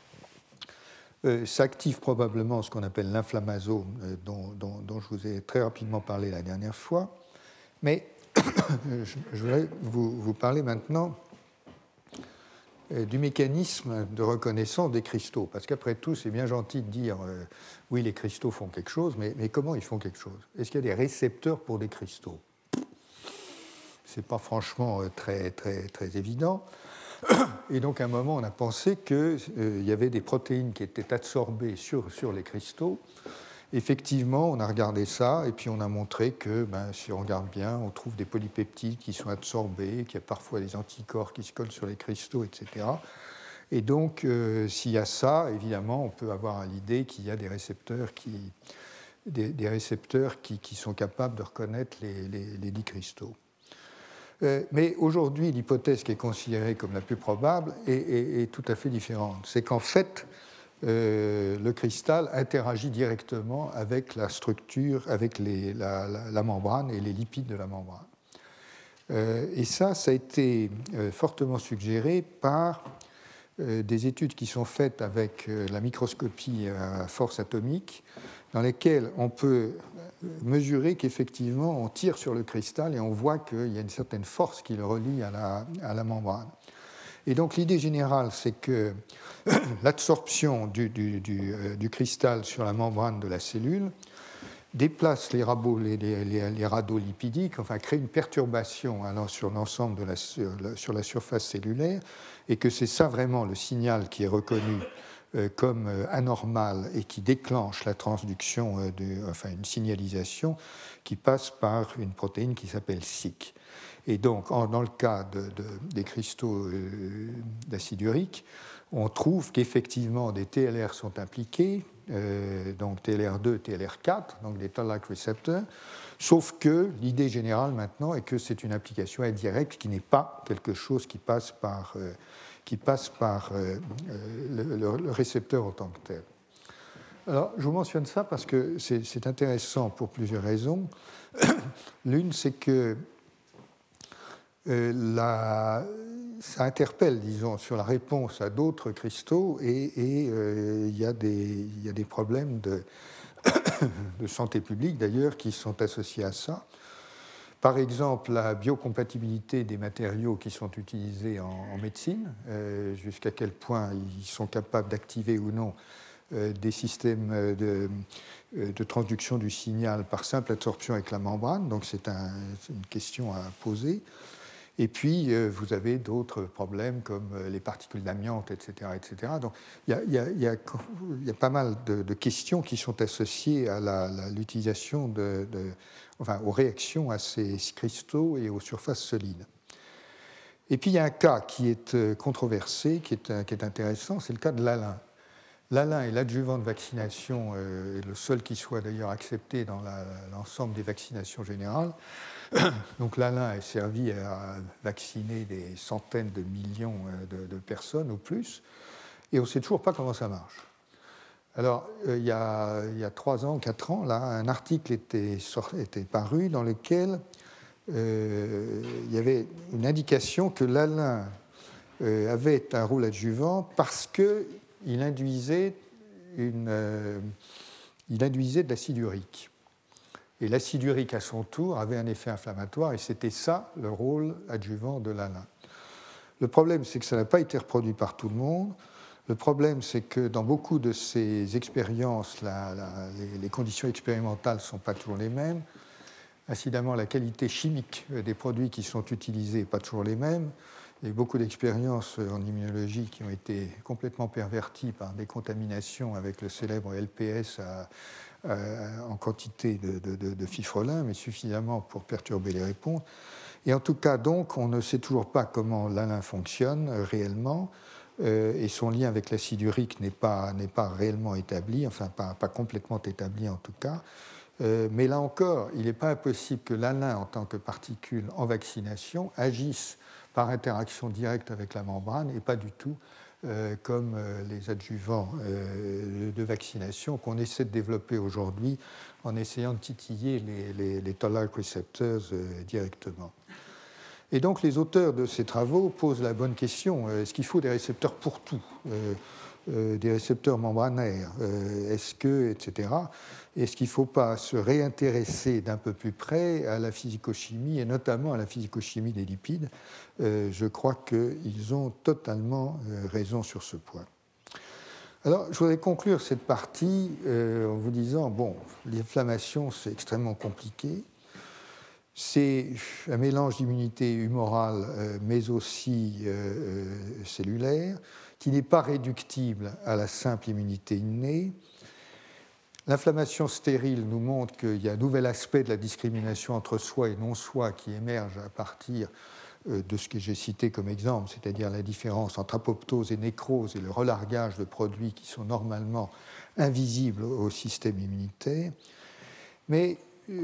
Ça active probablement ce qu'on appelle l'inflammasome, dont je vous ai très rapidement parlé la dernière fois. Mais je voudrais vous parler maintenant du mécanisme de reconnaissance des cristaux. Parce qu'après tout, c'est bien gentil de dire oui, les cristaux font quelque chose, mais comment ils font quelque chose? Est-ce qu'il y a des récepteurs pour des cristaux? Ce n'est pas franchement très évident. Et donc, à un moment, on a pensé qu'il y avait des protéines qui étaient absorbées sur les cristaux. Effectivement, on a regardé ça, et puis on a montré que, si on regarde bien, on trouve des polypeptides qui sont absorbés, qu'il y a parfois des anticorps qui se collent sur les cristaux, etc. Et donc, s'il y a ça, évidemment, on peut avoir l'idée qu'il y a des récepteurs qui sont capables de reconnaître les dits cristaux. Mais aujourd'hui, l'hypothèse qui est considérée comme la plus probable est tout à fait différente. C'est qu'en fait, le cristal interagit directement avec la structure, avec la membrane et les lipides de la membrane. Et ça a été fortement suggéré par des études qui sont faites avec la microscopie à force atomique, dans lesquelles on peut mesurer qu'effectivement on tire sur le cristal et on voit qu'il y a une certaine force qui le relie à la membrane. Et donc l'idée générale, c'est que l'absorption du cristal sur la membrane de la cellule déplace les radeaux lipidiques, enfin crée une perturbation allant sur l'ensemble sur la surface cellulaire, et que c'est ça vraiment le signal qui est reconnu comme anormal et qui déclenche la transduction, une signalisation qui passe par une protéine qui s'appelle SIC. Et donc, dans le cas des cristaux d'acide urique, on trouve qu'effectivement des TLR sont impliqués, donc TLR2, TLR4, donc des toll-like receptors, sauf que l'idée générale maintenant est que c'est une application indirecte qui n'est pas quelque chose qui passe par le récepteur en tant que tel. Alors, je vous mentionne ça parce que c'est intéressant pour plusieurs raisons. L'une, c'est que ça interpelle, disons, sur la réponse à d'autres cristaux et il y a des problèmes de santé publique, d'ailleurs, qui sont associés à ça. Par exemple, la biocompatibilité des matériaux qui sont utilisés en médecine, jusqu'à quel point ils sont capables d'activer ou non des systèmes de transduction du signal par simple absorption avec la membrane. Donc c'est une question à poser. Et puis, vous avez d'autres problèmes comme les particules d'amiante, etc., etc. Donc, il y a pas mal de questions qui sont associées à l'utilisation aux réactions à ces cristaux et aux surfaces solides. Et puis, il y a un cas qui est controversé, qui est intéressant, c'est le cas de l'alun. L'alun est l'adjuvant de vaccination, le seul qui soit d'ailleurs accepté dans l'ensemble des vaccinations générales. Donc l'alun est servi à vacciner des centaines de millions de personnes ou plus, et on ne sait toujours pas comment ça marche. Alors, il y a 3 ans, 4 ans, là, un article était paru dans lequel il y avait une indication que l'alun avait un rôle adjuvant parce qu'il induisait de l'acide urique. Et l'acide urique, à son tour, avait un effet inflammatoire, et c'était ça le rôle adjuvant de l'alun. Le problème, c'est que ça n'a pas été reproduit par tout le monde. Le problème, c'est que dans beaucoup de ces expériences, les conditions expérimentales ne sont pas toujours les mêmes. Incidemment, la qualité chimique des produits qui sont utilisés n'est pas toujours les mêmes. Il y a beaucoup d'expériences en immunologie qui ont été complètement perverties par des contaminations avec le célèbre LPS en quantité de fifrelin, mais suffisamment pour perturber les réponses. Et en tout cas, donc, on ne sait toujours pas comment l'alun fonctionne réellement, et son lien avec l'acide urique n'est pas réellement établi, enfin pas complètement établi en tout cas. Mais là encore, il n'est pas impossible que l'alun, en tant que particule en vaccination, agisse par interaction directe avec la membrane et pas du tout comme les adjuvants de vaccination qu'on essaie de développer aujourd'hui en essayant de titiller les toll-like receptors directement. Et donc les auteurs de ces travaux posent la bonne question, est-ce qu'il faut des récepteurs pour tout, des récepteurs membranaires, etc. Est-ce qu'il ne faut pas se réintéresser d'un peu plus près à la physicochimie et notamment à la physicochimie des lipides? Je crois qu'ils ont totalement raison sur ce point. Alors, je voudrais conclure cette partie en vous disant, bon, l'inflammation, c'est extrêmement compliqué. C'est un mélange d'immunité humorale, mais aussi cellulaire, qui n'est pas réductible à la simple immunité innée. L'inflammation stérile nous montre qu'il y a un nouvel aspect de la discrimination entre soi et non-soi qui émerge à partir de ce que j'ai cité comme exemple, c'est-à-dire la différence entre apoptose et nécrose et le relargage de produits qui sont normalement invisibles au système immunitaire. Mais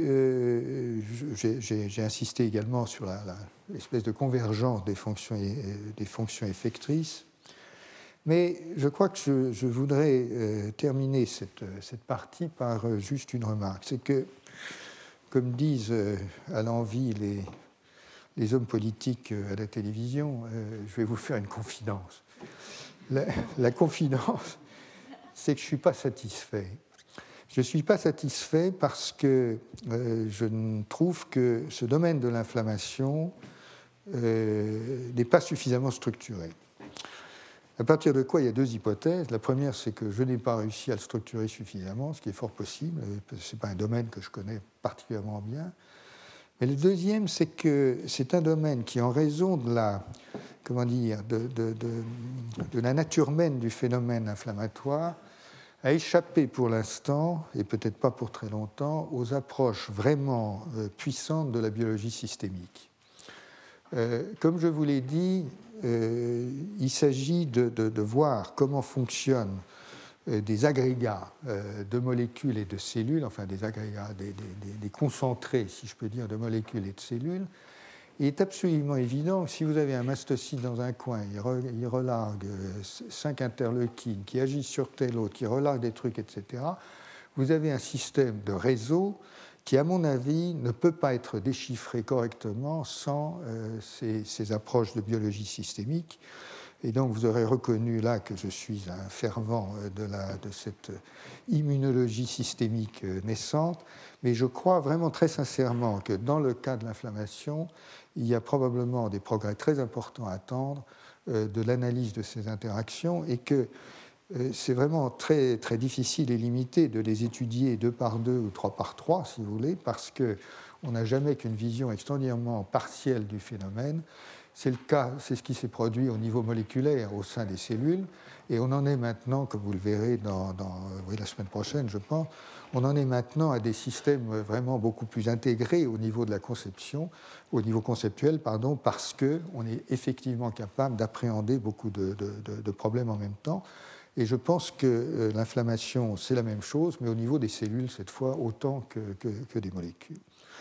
j'ai insisté également sur l'espèce de convergence des fonctions effectrices. Mais je crois que je voudrais terminer cette partie par juste une remarque. C'est que, comme disent à l'envi les hommes politiques à la télévision, je vais vous faire une confidence. La confidence, c'est que je ne suis pas satisfait. Je ne suis pas satisfait parce que je trouve que ce domaine de l'inflammation n'est pas suffisamment structuré. À partir de quoi il y a deux hypothèses. La première, c'est que je n'ai pas réussi à le structurer suffisamment, ce qui est fort possible. Ce n'est pas un domaine que je connais particulièrement bien. Mais le deuxième, c'est que c'est un domaine qui, en raison de la, comment dire, de la nature même du phénomène inflammatoire, a échappé pour l'instant, et peut-être pas pour très longtemps, aux approches vraiment puissantes de la biologie systémique. Comme je vous l'ai dit, il s'agit de voir comment fonctionnent des agrégats de molécules et de cellules, enfin des agrégats, des concentrés, si je peux dire, de molécules et de cellules. Il est absolument évident que si vous avez un mastocyte dans un coin, il relargue 5 interleukines qui agissent sur tel autre, qui relargue des trucs, etc., vous avez un système de réseau qui, à mon avis, ne peut pas être déchiffré correctement sans ces approches de biologie systémique. Et donc, vous aurez reconnu là que je suis un fervent de cette immunologie systémique naissante, mais je crois vraiment très sincèrement que dans le cas de l'inflammation, il y a probablement des progrès très importants à attendre de l'analyse de ces interactions et que c'est vraiment très, très difficile et limité de les étudier 2 par 2 ou 3 par 3, si vous voulez, parce qu'on n'a jamais qu'une vision extraordinairement partielle du phénomène. C'est le cas, c'est ce qui s'est produit au niveau moléculaire au sein des cellules, et on en est maintenant, comme vous le verrez la semaine prochaine, je pense, on en est maintenant à des systèmes vraiment beaucoup plus intégrés au niveau de la conception, au niveau conceptuel, pardon, parce qu'on est effectivement capable d'appréhender beaucoup de problèmes en même temps. Et je pense que l'inflammation, c'est la même chose, mais au niveau des cellules, cette fois, autant que des molécules.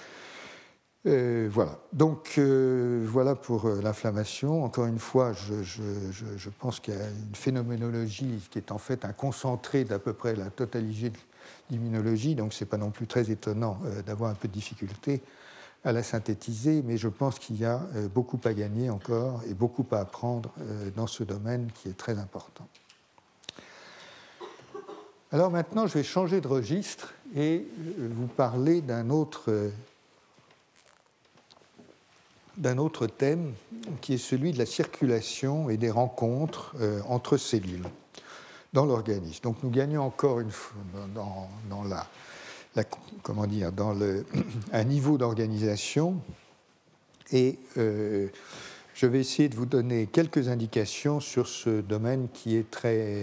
Voilà. Donc, voilà pour l'inflammation. Encore une fois, je pense qu'il y a une phénoménologie qui est en fait un concentré d'à peu près la totalité de l'immunologie, donc ce n'est pas non plus très étonnant d'avoir un peu de difficulté à la synthétiser, mais je pense qu'il y a beaucoup à gagner encore et beaucoup à apprendre dans ce domaine qui est très important. Alors maintenant, je vais changer de registre et vous parler d'un autre thème qui est celui de la circulation et des rencontres entre cellules dans l'organisme. Donc nous gagnons encore dans un niveau d'organisation et je vais essayer de vous donner quelques indications sur ce domaine qui est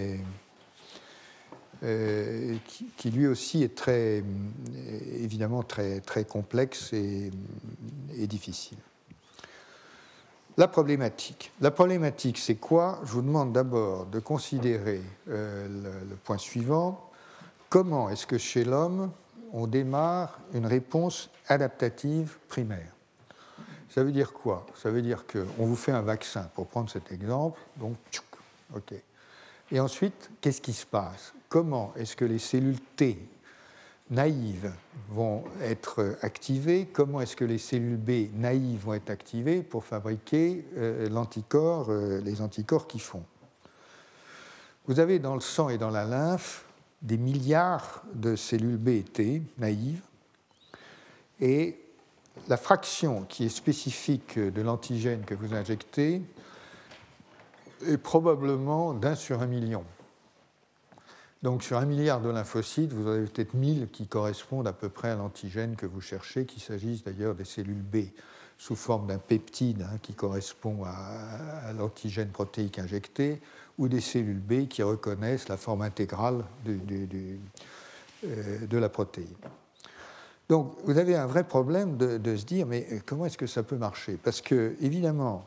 qui lui aussi est évidemment très complexe et difficile. La problématique, c'est quoi? Je vous demande d'abord de considérer le point suivant. Comment est-ce que chez l'homme, on démarre une réponse adaptative primaire? Ça veut dire quoi? Ça veut dire qu'on vous fait un vaccin, pour prendre cet exemple, donc, OK. Et ensuite, qu'est-ce qui se passe? Comment est-ce que les cellules T naïves vont être activées? Comment est-ce que les cellules B naïves vont être activées pour fabriquer les anticorps qui font? Vous avez dans le sang et dans la lymphe des milliards de cellules B et T naïves, et la fraction qui est spécifique de l'antigène que vous injectez est probablement d'1 sur 1 million. Donc sur 1 milliard de lymphocytes, vous avez peut-être 1000 qui correspondent à peu près à l'antigène que vous cherchez, qu'il s'agisse d'ailleurs des cellules B sous forme d'un peptide qui correspond à l'antigène protéique injecté, ou des cellules B qui reconnaissent la forme intégrale de la protéine. Donc vous avez un vrai problème de se dire, mais comment est-ce que ça peut marcher? Parce que, évidemment,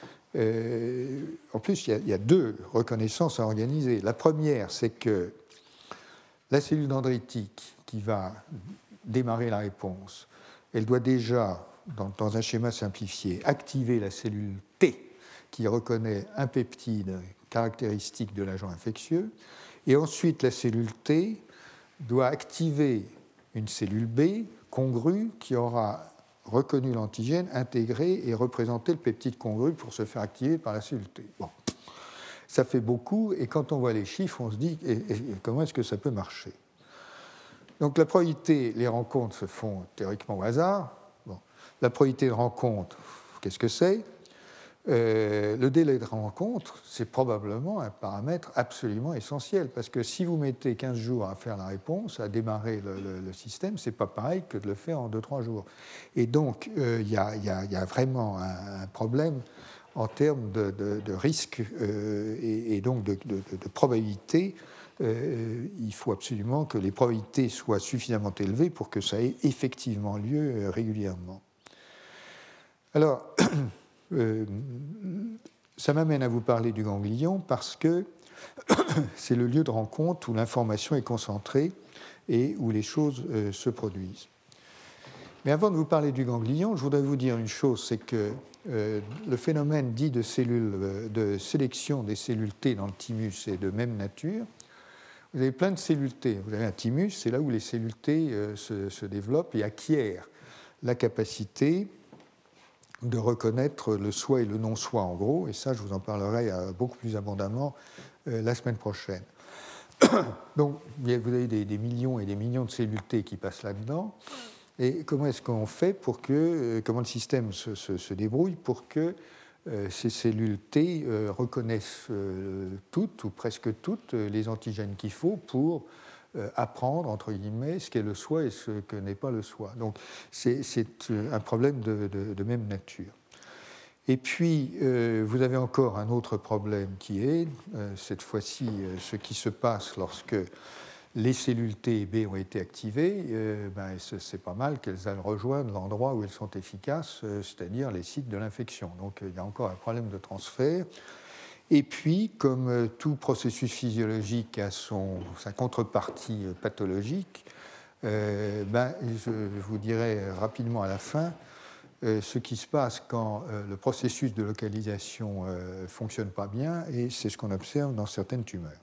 en plus, il y a 2 reconnaissances à organiser. La première, c'est que la cellule dendritique qui va démarrer la réponse, elle doit déjà, dans un schéma simplifié, activer la cellule T qui reconnaît un peptide caractéristique de l'agent infectieux, et ensuite la cellule T doit activer une cellule B congrue qui aura reconnu l'antigène, intégré et représenté le peptide congru pour se faire activer par la cellule T. Bon. Ça fait beaucoup, et quand on voit les chiffres, on se dit comment est-ce que ça peut marcher? Donc la probabilité, les rencontres se font théoriquement au hasard. Bon. La probabilité de rencontre, qu'est-ce que c'est? le délai de rencontre, c'est probablement un paramètre absolument essentiel, parce que si vous mettez 15 jours à faire la réponse, à démarrer le système, ce n'est pas pareil que de le faire en 2-3 jours. Et donc, il y a vraiment un problème en termes de risque et donc de probabilité. Il faut absolument que les probabilités soient suffisamment élevées pour que ça ait effectivement lieu régulièrement. Alors, ça m'amène à vous parler du ganglion parce que c'est le lieu de rencontre où l'information est concentrée et où les choses se produisent. Mais avant de vous parler du ganglion, je voudrais vous dire une chose, c'est que le phénomène dit de sélection des cellules T dans le thymus est de même nature. Vous avez plein de cellules T. Vous avez un thymus, c'est là où les cellules T se développent et acquièrent la capacité de reconnaître le soi et le non-soi, en gros, et ça, je vous en parlerai beaucoup plus abondamment la semaine prochaine. Donc, vous avez des millions et des millions de cellules T qui passent là-dedans, et comment est-ce qu'on fait comment le système se débrouille pour que ces cellules T reconnaissent toutes, ou presque toutes, les antigènes qu'il faut pour apprendre, entre guillemets, ce qu'est le soi et ce que n'est pas le soi. Donc, c'est un problème de même nature. Et puis, vous avez encore un autre problème qui est, cette fois-ci, ce qui se passe lorsque les cellules T et B ont été activées, c'est pas mal qu'elles aillent rejoindre l'endroit où elles sont efficaces, c'est-à-dire les sites de l'infection. Donc, il y a encore un problème de transfert. Et puis, comme tout processus physiologique a sa contrepartie pathologique, je vous dirai rapidement à la fin ce qui se passe quand le processus de localisation ne fonctionne pas bien, et c'est ce qu'on observe dans certaines tumeurs.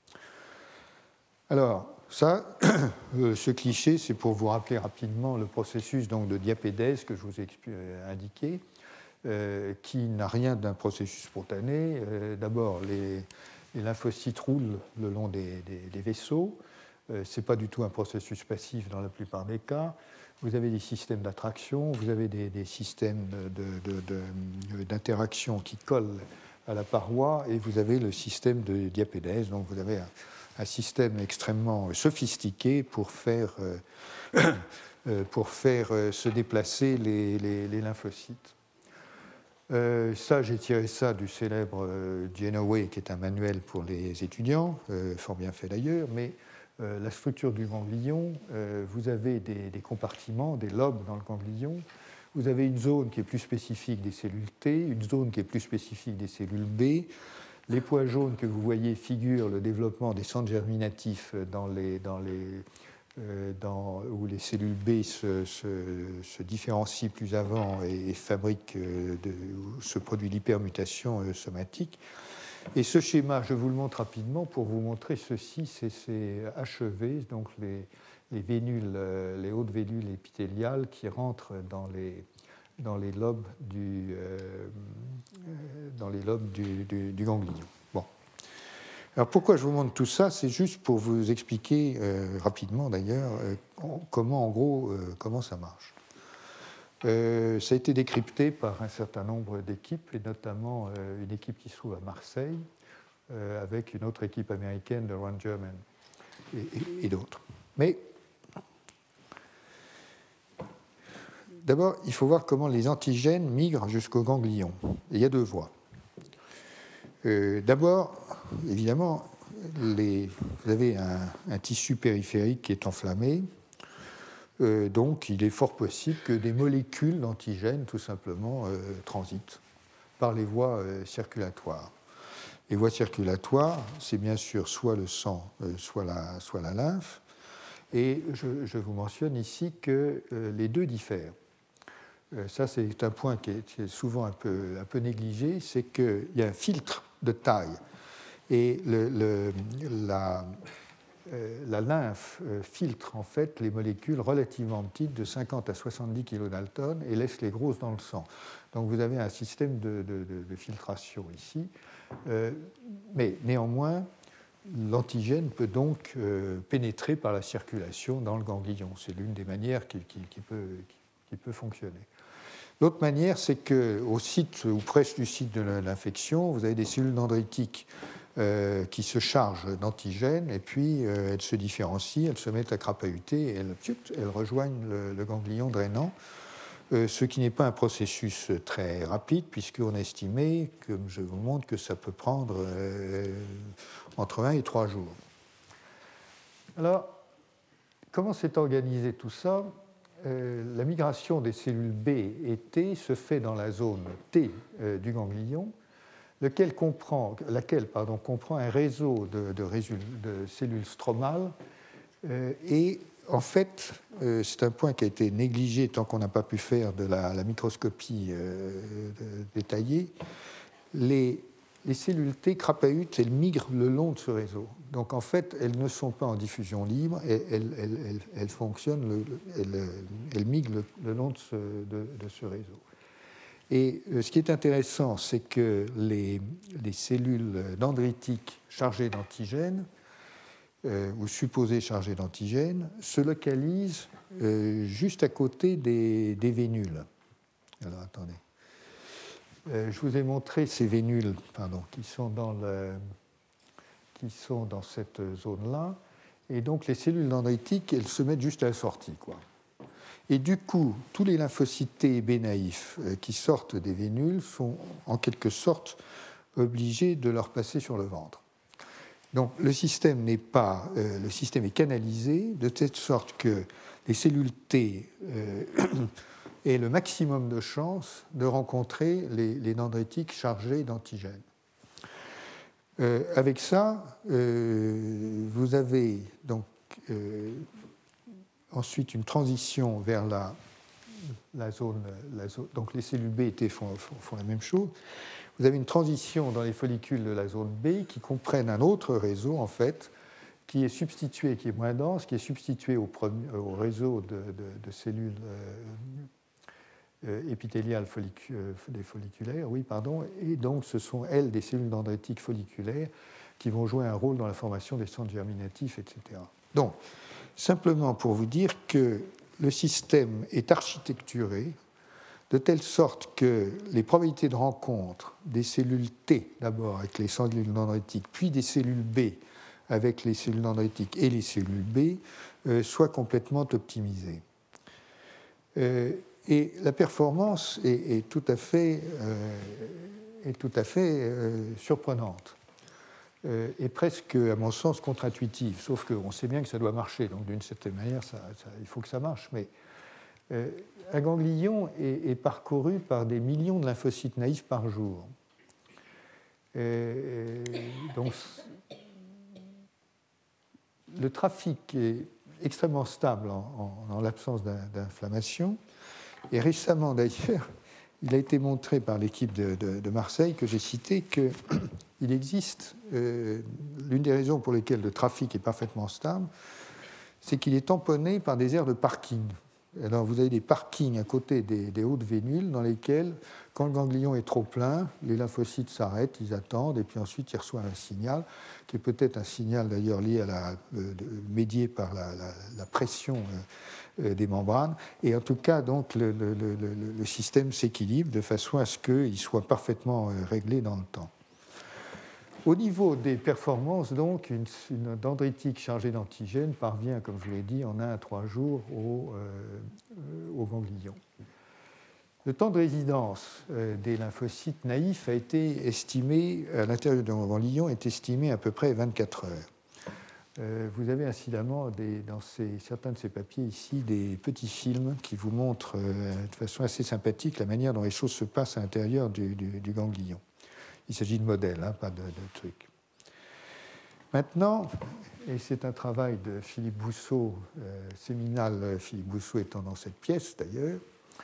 Alors, ça, ce cliché, c'est pour vous rappeler rapidement le processus donc, de diapédèse que je vous ai indiqué, qui n'a rien d'un processus spontané. D'abord, les lymphocytes roulent le long des vaisseaux. Ce n'est pas du tout un processus passif dans la plupart des cas. Vous avez des systèmes d'attraction, vous avez des systèmes d'interaction qui collent à la paroi, et vous avez le système de diapédèse. Donc vous avez un système extrêmement sophistiqué pour faire se déplacer les lymphocytes. Ça, j'ai tiré ça du célèbre Genoway, qui est un manuel pour les étudiants, fort bien fait d'ailleurs, mais la structure du ganglion, vous avez des compartiments, des lobes dans le ganglion. Vous avez une zone qui est plus spécifique des cellules T, une zone qui est plus spécifique des cellules B. Les points jaunes que vous voyez figurent le développement des centres germinatifs où les cellules B se différencient plus avant et fabriquent, se produit l'hypermutation somatique. Et ce schéma, je vous le montre rapidement pour vous montrer ceci, c'est ces HEV, donc les vénules, les hautes vénules épithéliales qui rentrent dans les lobes du ganglion. Bon. Alors pourquoi je vous montre tout ça? C'est juste pour vous expliquer rapidement d'ailleurs comment ça marche. Ça a été décrypté par un certain nombre d'équipes, et notamment une équipe qui se trouve à Marseille, avec une autre équipe américaine de Run German et d'autres. Mais d'abord, il faut voir comment les antigènes migrent jusqu'au ganglion. Et il y a deux voies. D'abord, évidemment, vous avez un tissu périphérique qui est enflammé. Donc, il est fort possible que des molécules d'antigènes, tout simplement, transitent par les voies circulatoires. Les voies circulatoires, c'est bien sûr soit le sang, soit la lymphe. Et je vous mentionne ici que les deux diffèrent. Ça, c'est un point qui est souvent un peu négligé, c'est qu'il y a un filtre de taille. Et la lymphe filtre en fait les molécules relativement petites de 50 à 70 kilodalton et laisse les grosses dans le sang. Donc vous avez un système de filtration ici. Mais néanmoins, l'antigène peut donc pénétrer par la circulation dans le ganglion. C'est l'une des manières qui peut fonctionner. L'autre manière, c'est qu'au site ou proche du site de l'infection, vous avez des cellules dendritiques qui se chargent d'antigènes, et puis elles se différencient, elles se mettent à crapahuter, et elles rejoignent le ganglion drainant, ce qui n'est pas un processus très rapide, puisqu'on a estimé, comme je vous montre, que ça peut prendre entre 1 et 3 jours. Alors, comment s'est organisé tout ça ? La migration des cellules B et T se fait dans la zone T du ganglion, laquelle comprend un réseau de cellules stromales. Et en fait, c'est un point qui a été négligé tant qu'on n'a pas pu faire de la microscopie détaillée. Les cellules T crapahutent, elles migrent le long de ce réseau. Donc en fait, elles ne sont pas en diffusion libre, elles fonctionnent, elles migrent le long de ce réseau. Et ce qui est intéressant, c'est que les cellules dendritiques chargées d'antigènes, ou supposées chargées d'antigènes, se localisent juste à côté des vénules. Alors attendez. Je vous ai montré ces vénules qui sont dans cette zone-là. Et donc les cellules dendritiques, elles se mettent juste à la sortie, quoi. Et du coup, tous les lymphocytes T et B naïfs qui sortent des vénules sont en quelque sorte obligés de leur passer sur le ventre. Donc le système est canalisé de telle sorte que les cellules T aient le maximum de chances de rencontrer les dendritiques chargés d'antigènes. Avec ça, vous avez donc ensuite une transition vers la zone. Donc les cellules B et T font la même chose. Vous avez une transition dans les follicules de la zone B qui comprennent un autre réseau, en fait, qui est substitué, qui est moins dense, qui est substitué au réseau de cellules épithéliales des folliculaires, et donc ce sont, elles, des cellules dendritiques folliculaires qui vont jouer un rôle dans la formation des centres germinatifs, etc. Donc, simplement pour vous dire que le système est architecturé de telle sorte que les probabilités de rencontre des cellules T, d'abord avec les cellules dendritiques, puis des cellules B avec les cellules dendritiques et les cellules B, soient complètement optimisées. Et la performance est tout à fait surprenante. Et presque, à mon sens, contre-intuitive, sauf qu'on sait bien que ça doit marcher, donc d'une certaine manière, il faut que ça marche. Mais un ganglion est parcouru par des millions de lymphocytes naïfs par jour. Donc, le trafic est extrêmement stable en l'absence d'inflammation. Et récemment, d'ailleurs, il a été montré par l'équipe de Marseille que j'ai cité qu'il existe, l'une des raisons pour lesquelles le trafic est parfaitement stable, c'est qu'il est tamponné par des aires de parking. Alors vous avez des parkings à côté des hautes vénules dans lesquels, quand le ganglion est trop plein, les lymphocytes s'arrêtent, ils attendent, et puis ensuite ils reçoivent un signal, qui est peut-être un signal d'ailleurs lié médié par la pression des membranes. Et en tout cas, donc, le système s'équilibre de façon à ce qu'il soit parfaitement réglé dans le temps. Au niveau des performances, donc, une dendritique chargée d'antigènes parvient, comme je vous l'ai dit, en 1 à 3 jours au ganglion. Le temps de résidence des lymphocytes naïfs a été estimé, à l'intérieur du ganglion, est estimé à peu près 24 heures. Vous avez incidemment, dans certains de ces papiers ici, des petits films qui vous montrent de façon assez sympathique la manière dont les choses se passent à l'intérieur du ganglion. Il s'agit de modèles, pas de trucs. Maintenant, et c'est un travail de Philippe Bousseau, séminal, Philippe Bousseau étant dans cette pièce d'ailleurs,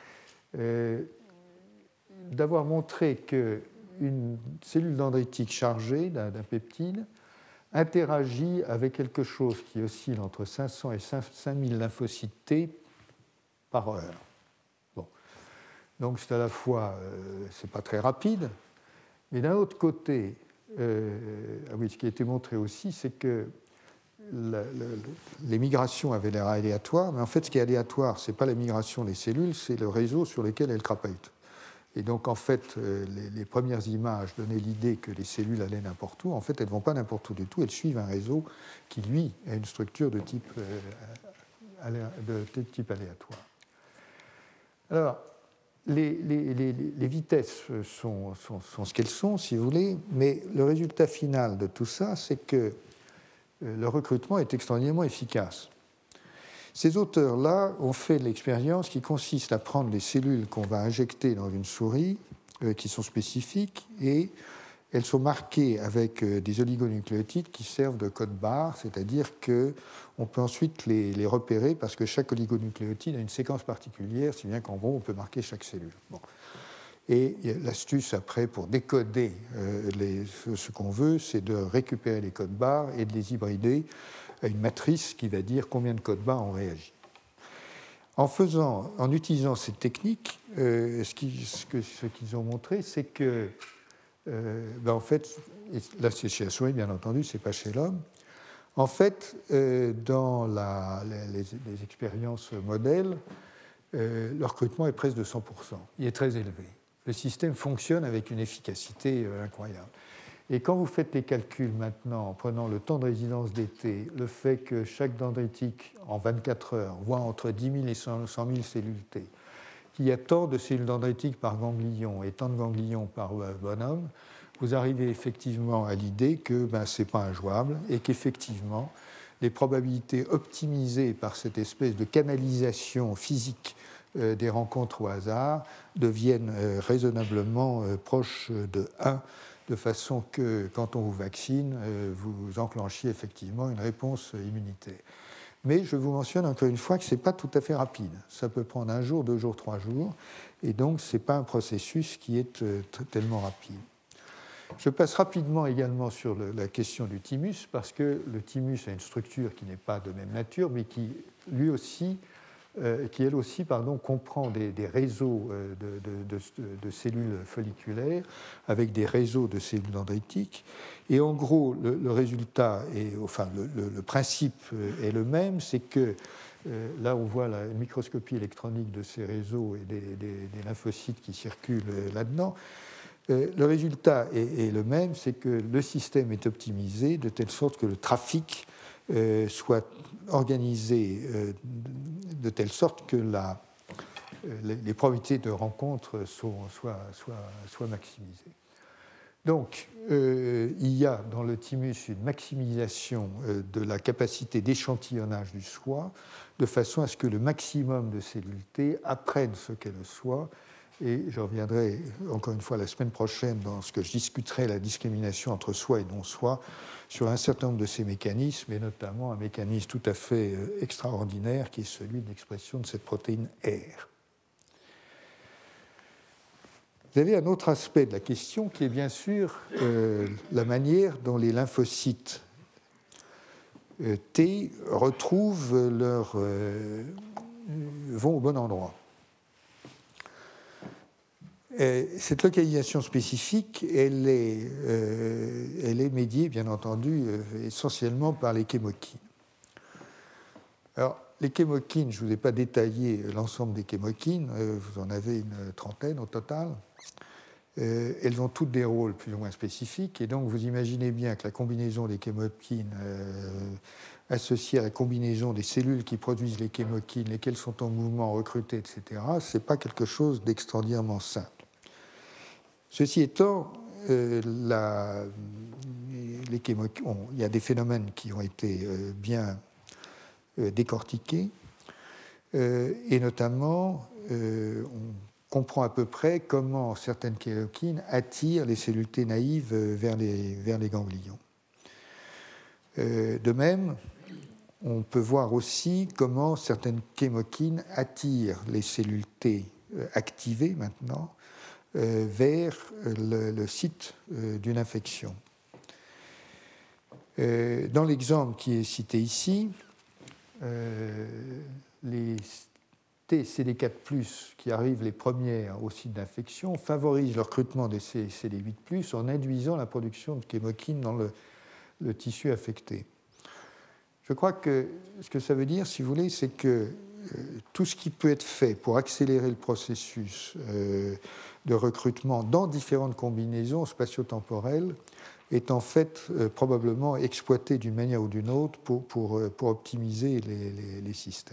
d'avoir montré qu'une cellule dendritique chargée d'un peptide interagit avec quelque chose qui oscille entre 500 et 5000 lymphocytes T par heure. Bon. Donc c'est à la fois, c'est pas très rapide, mais d'un autre côté, ce qui a été montré aussi, c'est que les migrations avaient l'air aléatoires, mais en fait, ce qui est aléatoire, ce n'est pas la migration des cellules, c'est le réseau sur lequel elles crapahutent. Et donc, en fait, les premières images donnaient l'idée que les cellules allaient n'importe où. En fait, elles ne vont pas n'importe où du tout, elles suivent un réseau qui, lui, a une structure de type aléatoire. Alors, les vitesses sont ce qu'elles sont, si vous voulez, mais le résultat final de tout ça, c'est que le recrutement est extraordinairement efficace. Ces auteurs-là ont fait l'expérience qui consiste à prendre des cellules qu'on va injecter dans une souris, qui sont spécifiques, et elles sont marquées avec des oligonucléotides qui servent de code barre, c'est-à-dire qu'on peut ensuite les repérer parce que chaque oligonucléotide a une séquence particulière, si bien qu'en gros, on peut marquer chaque cellule. Bon. Et l'astuce après pour décoder ce qu'on veut, c'est de récupérer les codes barres et de les hybrider à une matrice qui va dire combien de codes barres ont réagi. En utilisant cette technique, ce qu'ils ont montré, c'est que, en fait, là c'est chez la souris bien entendu, c'est pas chez l'homme. En fait, dans les expériences modèles, le recrutement est presque de 100%. Il est très élevé. Le système fonctionne avec une efficacité incroyable. Et quand vous faites les calculs maintenant, en prenant le temps de résidence d'été, le fait que chaque dendritique, en 24 heures, voit entre 10 000 et 100 000 cellules T, qu'il y a tant de cellules dendritiques par ganglion et tant de ganglions par bonhomme, vous arrivez effectivement à l'idée que ce n'est pas injouable et qu'effectivement, les probabilités optimisées par cette espèce de canalisation physique des rencontres au hasard deviennent raisonnablement proches de 1, de façon que quand on vous vaccine, vous enclenchiez effectivement une réponse immunitaire. Mais je vous mentionne encore une fois que ce n'est pas tout à fait rapide. Ça peut prendre 1 jour, 2 jours, 3 jours, et donc ce n'est pas un processus qui est tellement rapide. Je passe rapidement également sur la question du thymus, parce que le thymus a une structure qui n'est pas de même nature, mais qui elle aussi, comprend des réseaux de cellules folliculaires avec des réseaux de cellules dendritiques. Et en gros, le résultat, le principe est le même, c'est que là, on voit la microscopie électronique de ces réseaux et des lymphocytes qui circulent là-dedans. Le résultat est le même, c'est que le système est optimisé de telle sorte que le trafic soit organisé de telle sorte que les probabilités de rencontre soient maximisées. Donc, il y a dans le thymus une maximisation de la capacité d'échantillonnage du soi, de façon à ce que le maximum de cellules T apprennent ce qu'est le soi. Et je reviendrai encore une fois la semaine prochaine dans ce que je discuterai la discrimination entre soi et non-soi sur un certain nombre de ces mécanismes, et notamment un mécanisme tout à fait extraordinaire qui est celui de l'expression de cette protéine R. Vous avez un autre aspect de la question qui est bien sûr la manière dont les lymphocytes T retrouvent vont au bon endroit. Cette localisation spécifique, elle est médiée, bien entendu, essentiellement par les chémokines. Alors, les chémokines, je ne vous ai pas détaillé l'ensemble des chémokines, vous en avez une trentaine au total. Elles ont toutes des rôles plus ou moins spécifiques, et donc vous imaginez bien que la combinaison des chémokines associée à la combinaison des cellules qui produisent les chémokines, lesquelles sont en mouvement, recrutées, etc., ce n'est pas quelque chose d'extraordinairement simple. Ceci étant, il y a des phénomènes qui ont été bien décortiqués, et notamment, on comprend à peu près comment certaines chémokines attirent les cellules T naïves vers les ganglions. De même, on peut voir aussi comment certaines chémokines attirent les cellules T activées maintenant vers le site d'une infection. Dans l'exemple qui est cité ici, les TCD4+, qui arrivent les premières au site d'infection, favorisent le recrutement des CD8+, en induisant la production de chémokines dans le tissu affecté. Je crois que ce que ça veut dire, si vous voulez, c'est que tout ce qui peut être fait pour accélérer le processus de recrutement dans différentes combinaisons spatio-temporelles est en fait probablement exploité d'une manière ou d'une autre pour optimiser les systèmes.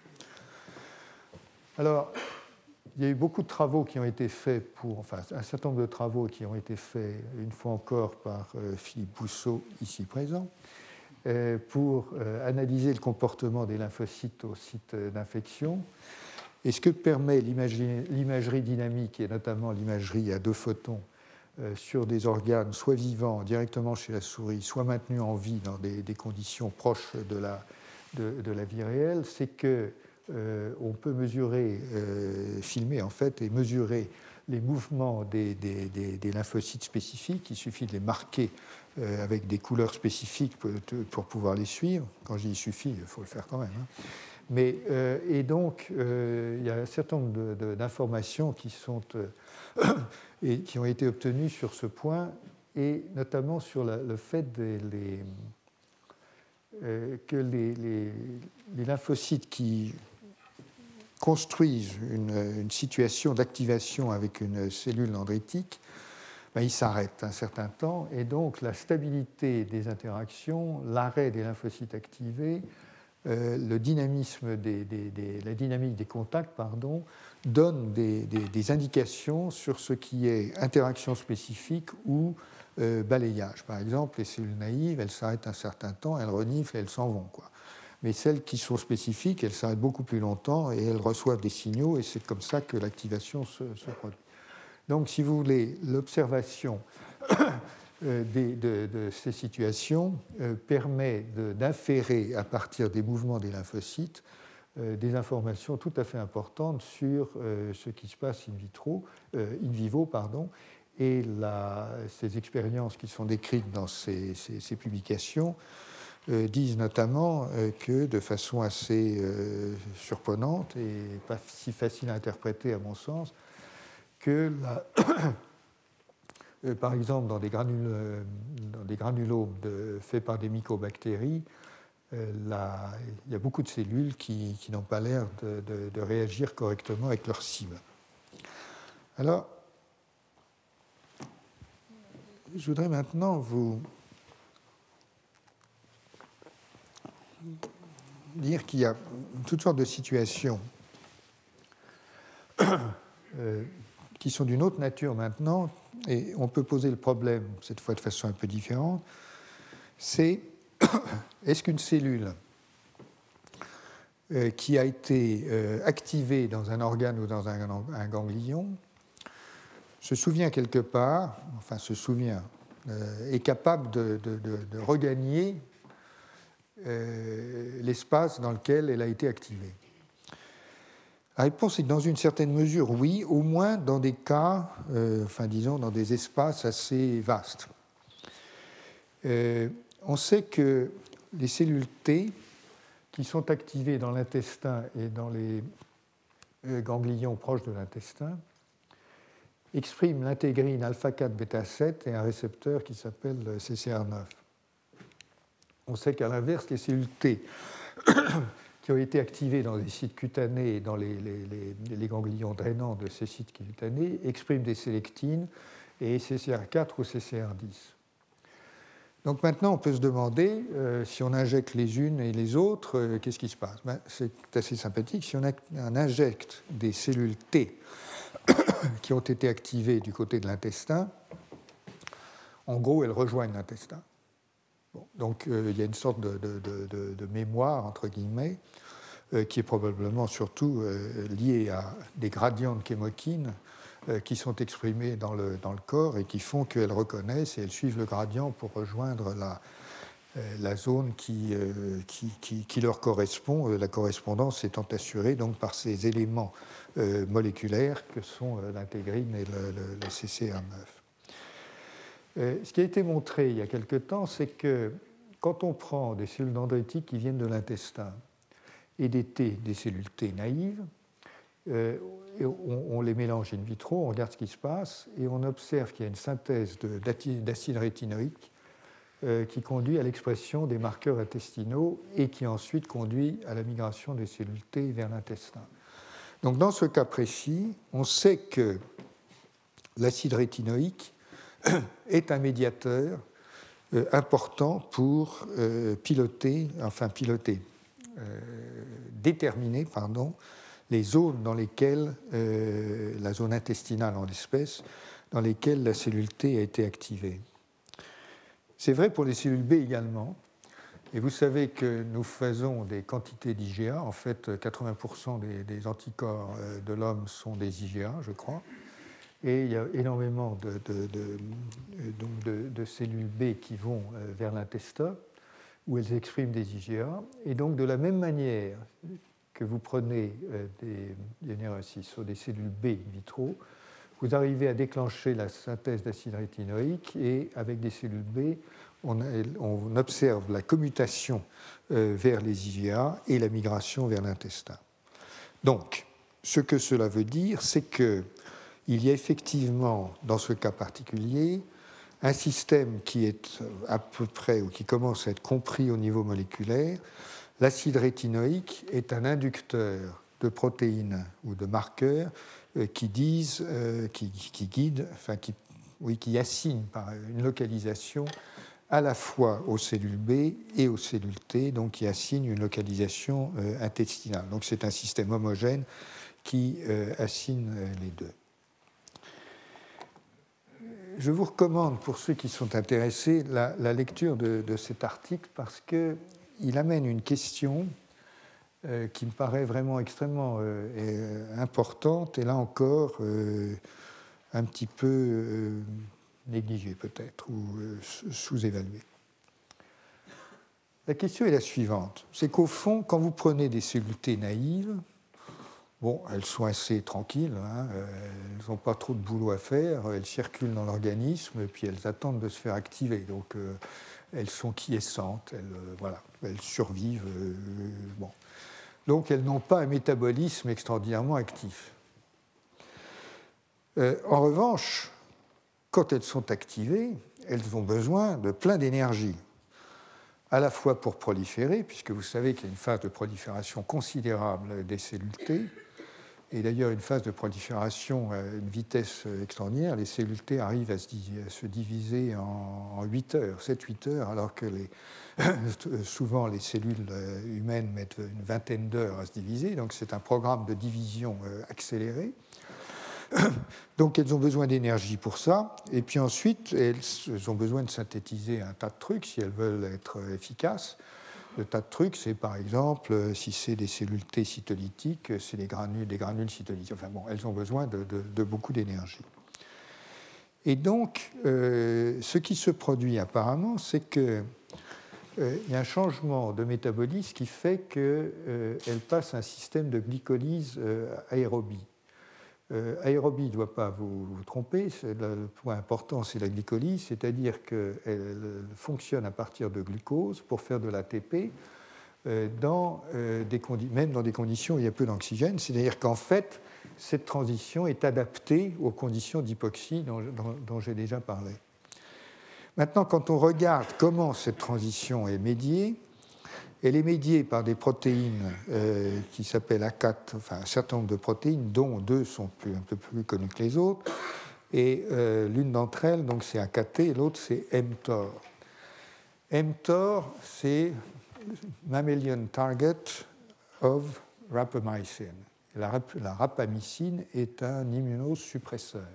Alors, il y a eu beaucoup de travaux qui ont été faits un certain nombre de travaux qui ont été faits une fois encore par Philippe Bousseau, ici présent, pour analyser le comportement des lymphocytes au site d'infection. Et ce que permet l'imagerie dynamique, et notamment l'imagerie à 2 photons, sur des organes soit vivants directement chez la souris, soit maintenus en vie dans des conditions proches de la vie réelle, c'est que on peut mesurer, filmer en fait, et mesurer les mouvements des lymphocytes spécifiques. Il suffit de les marquer avec des couleurs spécifiques pour pouvoir les suivre. Quand je dis il suffit, il faut le faire quand même. Mais, et donc, il y a un certain nombre d'informations qui ont été obtenues sur ce point, et notamment sur le fait que les lymphocytes qui construisent une situation d'activation avec une cellule dendritique, ils s'arrêtent un certain temps, et donc la stabilité des interactions, l'arrêt des lymphocytes activés, la dynamique des contacts, donne des indications sur ce qui est interaction spécifique ou balayage. Par exemple, les cellules naïves, elles s'arrêtent un certain temps, elles reniflent et elles s'en vont, quoi. Mais celles qui sont spécifiques, elles s'arrêtent beaucoup plus longtemps et elles reçoivent des signaux, et c'est comme ça que l'activation se produit. Donc, si vous voulez, l'observation de ces situations permet d'inférer à partir des mouvements des lymphocytes des informations tout à fait importantes sur ce qui se passe in vivo, et ces expériences qui sont décrites dans ces publications disent notamment que, de façon assez surprenante et pas si facile à interpréter à mon sens, que par exemple dans des granulomes faits par des mycobactéries, il y a beaucoup de cellules qui n'ont pas l'air de réagir correctement avec leur cible. Alors, je voudrais maintenant vous dire qu'il y a toutes sortes de situations qui sont d'une autre nature maintenant, et on peut poser le problème, cette fois de façon un peu différente, c'est est-ce qu'une cellule qui a été activée dans un organe ou dans un ganglion se souvient quelque part, est capable de regagner l'espace dans lequel elle a été activée? La réponse est que dans une certaine mesure, oui, au moins dans des cas, dans des espaces assez vastes. On sait que les cellules T, qui sont activées dans l'intestin et dans les ganglions proches de l'intestin, expriment l'intégrine alpha-4 bêta-7 et un récepteur qui s'appelle CCR9. On sait qu'à l'inverse, les cellules T qui ont été activées dans des sites cutanés et dans les ganglions drainants de ces sites cutanés expriment des sélectines et CCR4 ou CCR10. Donc maintenant, on peut se demander, si on injecte les unes et les autres, qu'est-ce qui se passe? C'est assez sympathique. Si on injecte des cellules T qui ont été activées du côté de l'intestin, en gros, elles rejoignent l'intestin. Bon, donc il y a une sorte de mémoire, entre guillemets, qui est probablement surtout liée à des gradients de chémokine qui sont exprimés dans le corps et qui font qu'elles reconnaissent et elles suivent le gradient pour rejoindre la zone qui leur correspond, la correspondance étant assurée donc par ces éléments moléculaires que sont l'intégrine et le CCR9. Ce qui a été montré il y a quelque temps, c'est que quand on prend des cellules dendritiques qui viennent de l'intestin et des cellules T naïves, on les mélange in vitro, on regarde ce qui se passe et on observe qu'il y a une synthèse d'acide rétinoïque qui conduit à l'expression des marqueurs intestinaux et qui ensuite conduit à la migration des cellules T vers l'intestin. Donc dans ce cas précis, on sait que l'acide rétinoïque est un médiateur important pour déterminer les zones dans lesquelles, la zone intestinale en l'espèce, dans lesquelles la cellule T a été activée. C'est vrai pour les cellules B également. Et vous savez que nous faisons des quantités d'IgA. En fait, 80% des anticorps de l'homme sont des IgA, je crois. Et il y a énormément de cellules B qui vont vers l'intestin, où elles expriment des IgA. Et donc, de la même manière que vous prenez des cellules B in vitro, vous arrivez à déclencher la synthèse d'acide rétinoïque et avec des cellules B, on observe la commutation vers les IgA et la migration vers l'intestin. Donc, ce que cela veut dire, c'est qu'il y a effectivement, dans ce cas particulier, un système qui est à peu près, ou qui commence à être compris au niveau moléculaire. L'acide rétinoïque est un inducteur de protéines ou de marqueurs qui assignent par une localisation à la fois aux cellules B et aux cellules T, donc qui assigne une localisation intestinale. Donc c'est un système homogène qui assigne les deux. Je vous recommande, pour ceux qui sont intéressés, la lecture de cet article parce qu'il amène une question qui me paraît vraiment extrêmement importante et là encore un petit peu négligée peut-être ou sous-évaluée. La question est la suivante, c'est qu'au fond, quand vous prenez des cellules T naïves, bon, elles sont assez tranquilles, elles n'ont pas trop de boulot à faire, elles circulent dans l'organisme et puis elles attendent de se faire activer. Donc elles sont quiescentes, elles survivent. Bon. Donc elles n'ont pas un métabolisme extraordinairement actif. En revanche, quand elles sont activées, elles ont besoin de plein d'énergie, à la fois pour proliférer, puisque vous savez qu'il y a une phase de prolifération considérable des cellules T, et d'ailleurs une phase de prolifération à une vitesse extraordinaire. Les cellules T arrivent à se diviser en 8 heures, 7-8 heures, alors que souvent les cellules humaines mettent une vingtaine d'heures à se diviser, donc c'est un programme de division accéléré. Donc elles ont besoin d'énergie pour ça, et puis ensuite elles ont besoin de synthétiser un tas de trucs si elles veulent être efficaces. Le tas de trucs, c'est par exemple, si c'est des cellules T cytolytiques, c'est des granules cytolytiques. Enfin bon, elles ont besoin de beaucoup d'énergie. Et donc, ce qui se produit apparemment, c'est qu'il y a un changement de métabolisme qui fait qu'elles passent à un système de glycolyse aérobie. Aérobie ne doit pas vous tromper, le point important c'est la glycolyse, c'est-à-dire qu'elle fonctionne à partir de glucose pour faire de l'ATP, même dans des conditions où il y a peu d'oxygène, c'est-à-dire qu'en fait cette transition est adaptée aux conditions d'hypoxie dont j'ai déjà parlé. Maintenant, quand on regarde comment cette transition est médiée, elle est médiée par des protéines qui s'appellent A4, enfin un certain nombre de protéines, dont deux sont un peu plus connues que les autres. Et l'une d'entre elles, donc c'est AKT, et l'autre c'est mTOR. mTOR, c'est Mammalian Target of Rapamycin. La rapamycine est un immunosuppresseur.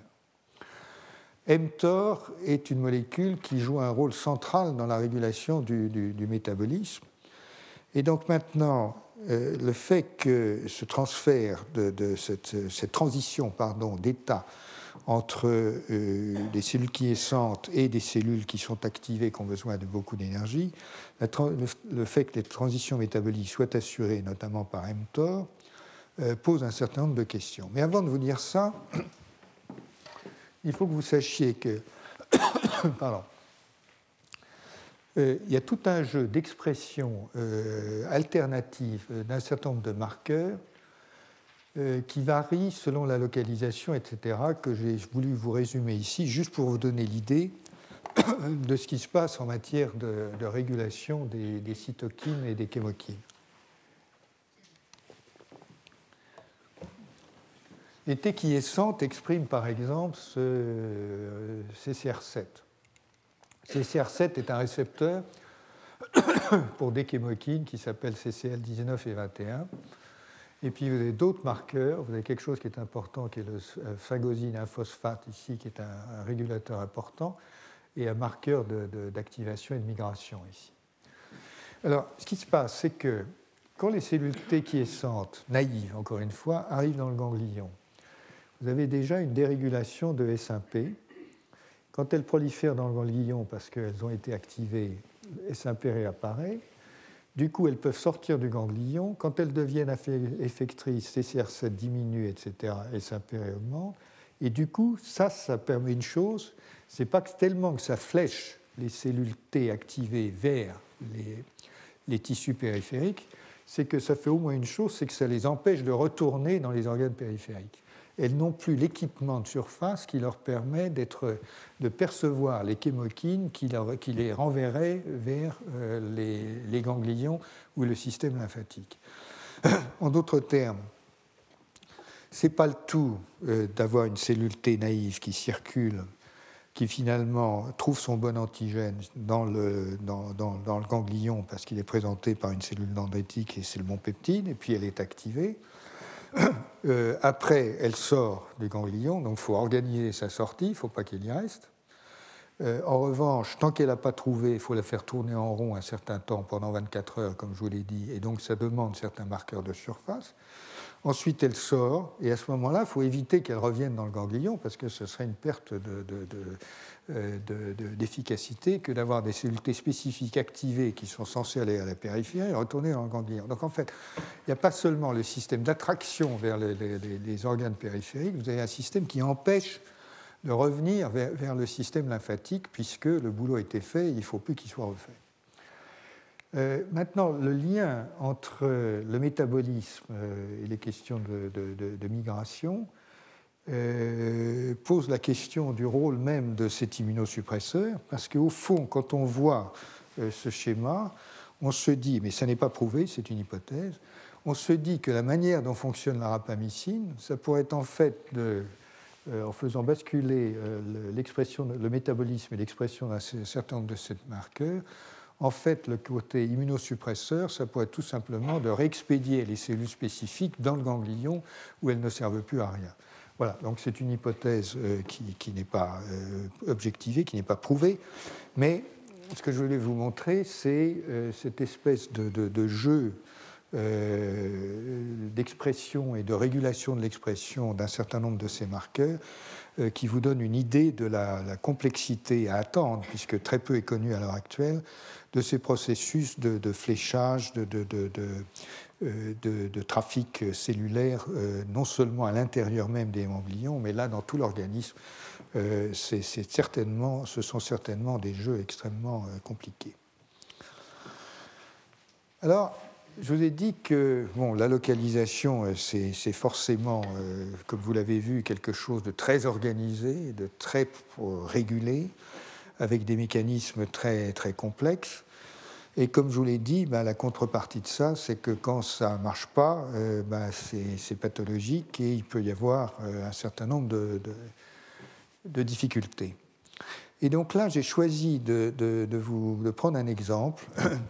mTOR est une molécule qui joue un rôle central dans la régulation du métabolisme. Et donc maintenant, le fait que ce transfert, cette transition d'état entre des cellules quiescentes et des cellules qui sont activées, qui ont besoin de beaucoup d'énergie, le fait que les transitions métaboliques soient assurées, notamment par mTOR, pose un certain nombre de questions. Mais avant de vous dire ça, il faut que vous sachiez que... Pardon. Il y a tout un jeu d'expressions alternatives d'un certain nombre de marqueurs qui varient selon la localisation, etc., que j'ai voulu vous résumer ici, juste pour vous donner l'idée de ce qui se passe en matière de régulation des cytokines et des chémokines. Les T quiescentes expriment par exemple ce CCR7. CCR7 est un récepteur pour des chémokines qui s'appellent CCL19 et 21. Et puis vous avez d'autres marqueurs. Vous avez quelque chose qui est important, qui est le phagosine 1-phosphate ici, qui est un régulateur important, et un marqueur d'activation et de migration ici. Alors, ce qui se passe, c'est que quand les cellules T quiescentes, naïves encore une fois, arrivent dans le ganglion, vous avez déjà une dérégulation de S1P. Quand elles prolifèrent dans le ganglion parce qu'elles ont été activées, S1P réapparaît. Du coup, elles peuvent sortir du ganglion. Quand elles deviennent effectrices, CCR7 diminue, etc., S1P augmente. Et du coup, ça permet une chose, c'est pas tellement que ça flèche les cellules T activées vers les tissus périphériques, c'est que ça fait au moins une chose, c'est que ça les empêche de retourner dans les organes périphériques. Elles n'ont plus l'équipement de surface qui leur permet de percevoir les chémokines qui les renverraient vers les ganglions ou le système lymphatique. En d'autres termes, ce n'est pas le tout d'avoir une cellule T naïve qui circule, qui finalement trouve son bon antigène dans le ganglion parce qu'il est présenté par une cellule dendritique et c'est le bon peptide, et puis elle est activée. Après, elle sort du ganglion, donc il faut organiser sa sortie, il ne faut pas qu'elle y reste. En revanche, tant qu'elle n'a pas trouvé, il faut la faire tourner en rond un certain temps, pendant 24 heures, comme je vous l'ai dit, et donc ça demande certains marqueurs de surface. Ensuite, elle sort, et à ce moment-là, il faut éviter qu'elle revienne dans le ganglion, parce que ce serait une perte d'efficacité que d'avoir des cellules T spécifiques activées qui sont censées aller à la périphérie et retourner dans le ganglion. Donc en fait, il n'y a pas seulement le système d'attraction vers les organes périphériques, vous avez un système qui empêche de revenir vers le système lymphatique, puisque le boulot a été fait, il ne faut plus qu'il soit refait. Maintenant, le lien entre le métabolisme et les questions de migration pose la question du rôle même de cet immunosuppresseur, parce qu'au fond, quand on voit ce schéma, on se dit, mais ça n'est pas prouvé, c'est une hypothèse, on se dit que la manière dont fonctionne la rapamycine, ça pourrait être en fait en faisant basculer le métabolisme et l'expression d'un certain nombre de ces marqueurs. En fait, le côté immunosuppresseur, ça pourrait être tout simplement de réexpédier les cellules spécifiques dans le ganglion où elles ne servent plus à rien. Voilà, donc c'est une hypothèse qui n'est pas objectivée, qui n'est pas prouvée, mais ce que je voulais vous montrer, c'est cette espèce de jeu d'expression et de régulation de l'expression d'un certain nombre de ces marqueurs qui vous donne une idée de la complexité à attendre, puisque très peu est connu à l'heure actuelle, de ces processus de fléchage, de trafic cellulaire, non seulement à l'intérieur même des ganglions, mais là dans tout l'organisme. Ce sont certainement des jeux extrêmement compliqués. Alors, je vous ai dit que la localisation, c'est forcément, comme vous l'avez vu, quelque chose de très organisé, de très régulé, avec des mécanismes très, très complexes. Et comme je vous l'ai dit, la contrepartie de ça, c'est que quand ça ne marche pas, c'est pathologique et il peut y avoir un certain nombre de difficultés. Et donc là, j'ai choisi de prendre un exemple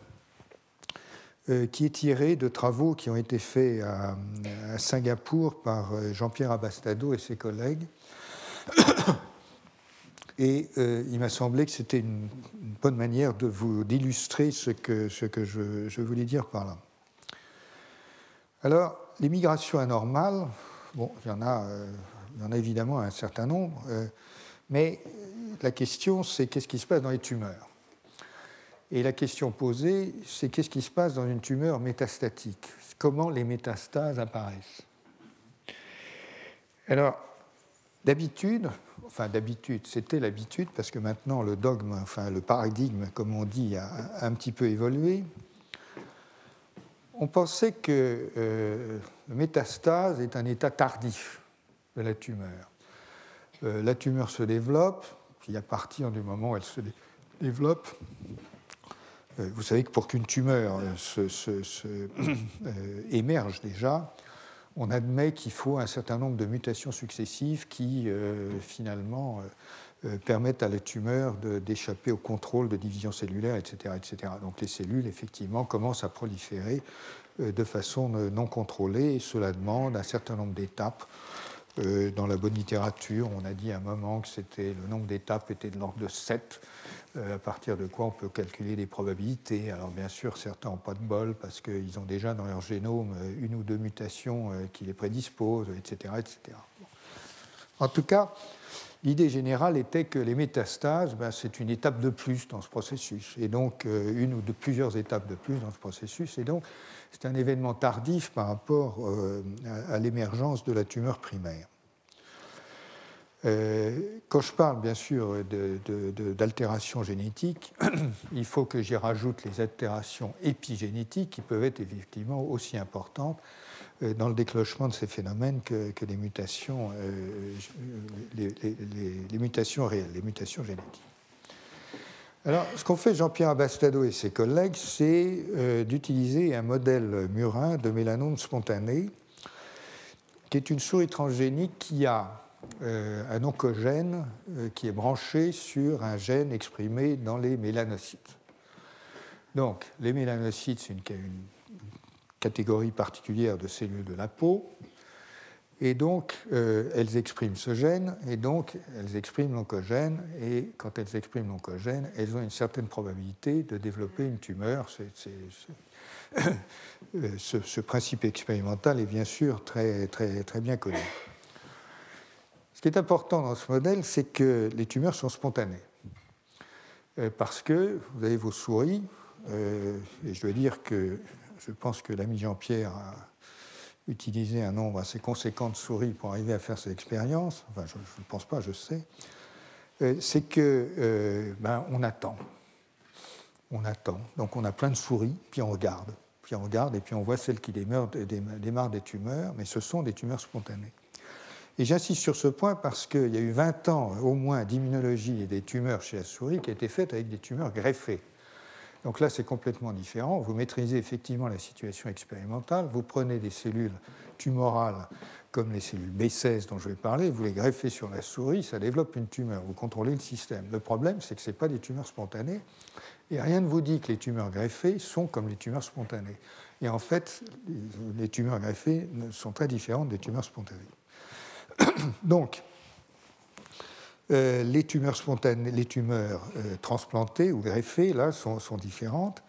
qui est tiré de travaux qui ont été faits à Singapour par Jean-Pierre Abastado et ses collègues. Et il m'a semblé que c'était une bonne manière d'illustrer ce que je voulais dire par là. Alors, les migrations anormales, il y en a évidemment un certain nombre, mais la question, c'est qu'est-ce qui se passe dans les tumeurs ? Et la question posée, c'est qu'est-ce qui se passe dans une tumeur métastatique ? Comment les métastases apparaissent ? Alors, d'habitude, c'était l'habitude, parce que maintenant le dogme, le paradigme, comme on dit, a un petit peu évolué. On pensait que la métastase est un état tardif de la tumeur. La tumeur se développe, Puis à partir du moment où elle se développe, vous savez que pour qu'une tumeur émerge déjà, on admet qu'il faut un certain nombre de mutations successives qui, finalement, permettent à la tumeur d'échapper au contrôle de division cellulaire, etc., etc. Donc les cellules, effectivement, commencent à proliférer de façon non contrôlée, et cela demande un certain nombre d'étapes. Dans la bonne littérature, on a dit à un moment que le nombre d'étapes était de l'ordre de 7, à partir de quoi on peut calculer des probabilités. Alors bien sûr, certains n'ont pas de bol parce qu'ils ont déjà dans leur génome une ou deux mutations qui les prédisposent, etc., etc. Bon. En tout cas, l'idée générale était que les métastases, c'est une étape de plus dans ce processus, et donc une ou plusieurs étapes de plus dans ce processus, et donc c'est un événement tardif par rapport à l'émergence de la tumeur primaire. Quand je parle bien sûr d'altérations génétiques, il faut que j'y rajoute les altérations épigénétiques qui peuvent être effectivement aussi importantes dans le déclenchement de ces phénomènes que les mutations, les mutations réelles, les mutations génétiques. Alors, ce qu'ont fait Jean-Pierre Abastado et ses collègues, c'est d'utiliser un modèle murin de mélanome spontané, qui est une souris transgénique qui a un oncogène qui est branché sur un gène exprimé dans les mélanocytes. Donc, les mélanocytes, c'est une catégorie particulière de cellules de la peau, et donc elles expriment ce gène, et donc elles expriment l'oncogène, et quand elles expriment l'oncogène, elles ont une certaine probabilité de développer une tumeur. Ce principe expérimental est bien sûr très, très, très bien connu. Ce qui est important dans ce modèle, c'est que les tumeurs sont spontanées, parce que vous avez vos souris, et je dois dire que je pense que l'ami Jean-Pierre a utilisé un nombre assez conséquent de souris pour arriver à faire cette expérience, enfin je ne pense pas, je sais, c'est que on attend. On attend. Donc on a plein de souris, puis on regarde, et puis on voit celles qui démarrent des tumeurs, mais ce sont des tumeurs spontanées. Et j'insiste sur ce point parce qu'il y a eu 20 ans au moins d'immunologie et des tumeurs chez la souris qui a été faite avec des tumeurs greffées. Donc là, c'est complètement différent. Vous maîtrisez effectivement la situation expérimentale. Vous prenez des cellules tumorales comme les cellules B16 dont je vais parler, vous les greffez sur la souris, ça développe une tumeur. Vous contrôlez le système. Le problème, c'est que ce n'est pas des tumeurs spontanées. Et rien ne vous dit que les tumeurs greffées sont comme les tumeurs spontanées. Et en fait, les tumeurs greffées sont très différentes des tumeurs spontanées. Donc, les tumeurs spontanées, les tumeurs transplantées ou greffées, là, sont différentes.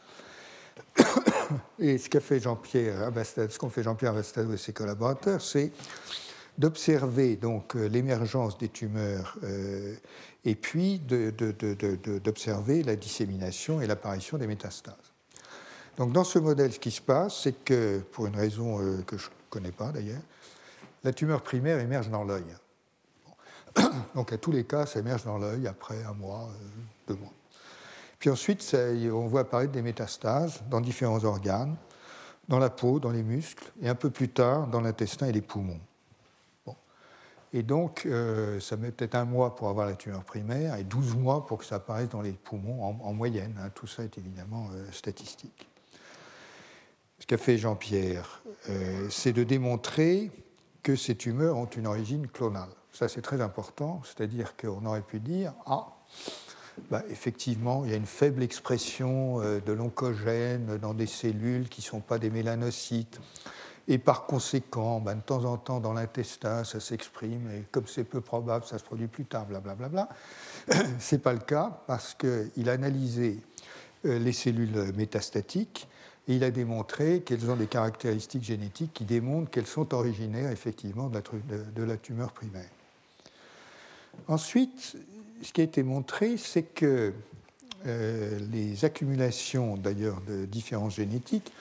Et ce qu'ont fait Jean-Pierre Abastado et ses collaborateurs, c'est d'observer donc l'émergence des tumeurs et puis d'observer la dissémination et l'apparition des métastases. Donc, dans ce modèle, ce qui se passe, c'est que, pour une raison que je ne connais pas d'ailleurs, la tumeur primaire émerge dans l'œil. Donc, à tous les cas, ça émerge dans l'œil après 1 mois, 2 mois. Puis ensuite, on voit apparaître des métastases dans différents organes, dans la peau, dans les muscles, et un peu plus tard, dans l'intestin et les poumons. Bon. Et donc, ça met peut-être 1 mois pour avoir la tumeur primaire et 12 mois pour que ça apparaisse dans les poumons, en moyenne. Hein. Tout ça est évidemment statistique. Ce qu'a fait Jean-Pierre, c'est de démontrer que ces tumeurs ont une origine clonale. Ça, c'est très important, c'est-à-dire qu'on aurait pu dire effectivement, il y a une faible expression de l'oncogène dans des cellules qui ne sont pas des mélanocytes, et par conséquent, de temps en temps, dans l'intestin, ça s'exprime, et comme c'est peu probable, ça se produit plus tard, blablabla. Ce n'est pas le cas, parce qu'il a analysé les cellules métastatiques, et il a démontré qu'elles ont des caractéristiques génétiques qui démontrent qu'elles sont originaires, effectivement, de la tumeur primaire. Ensuite, ce qui a été montré, c'est que les accumulations, d'ailleurs, de différences génétiques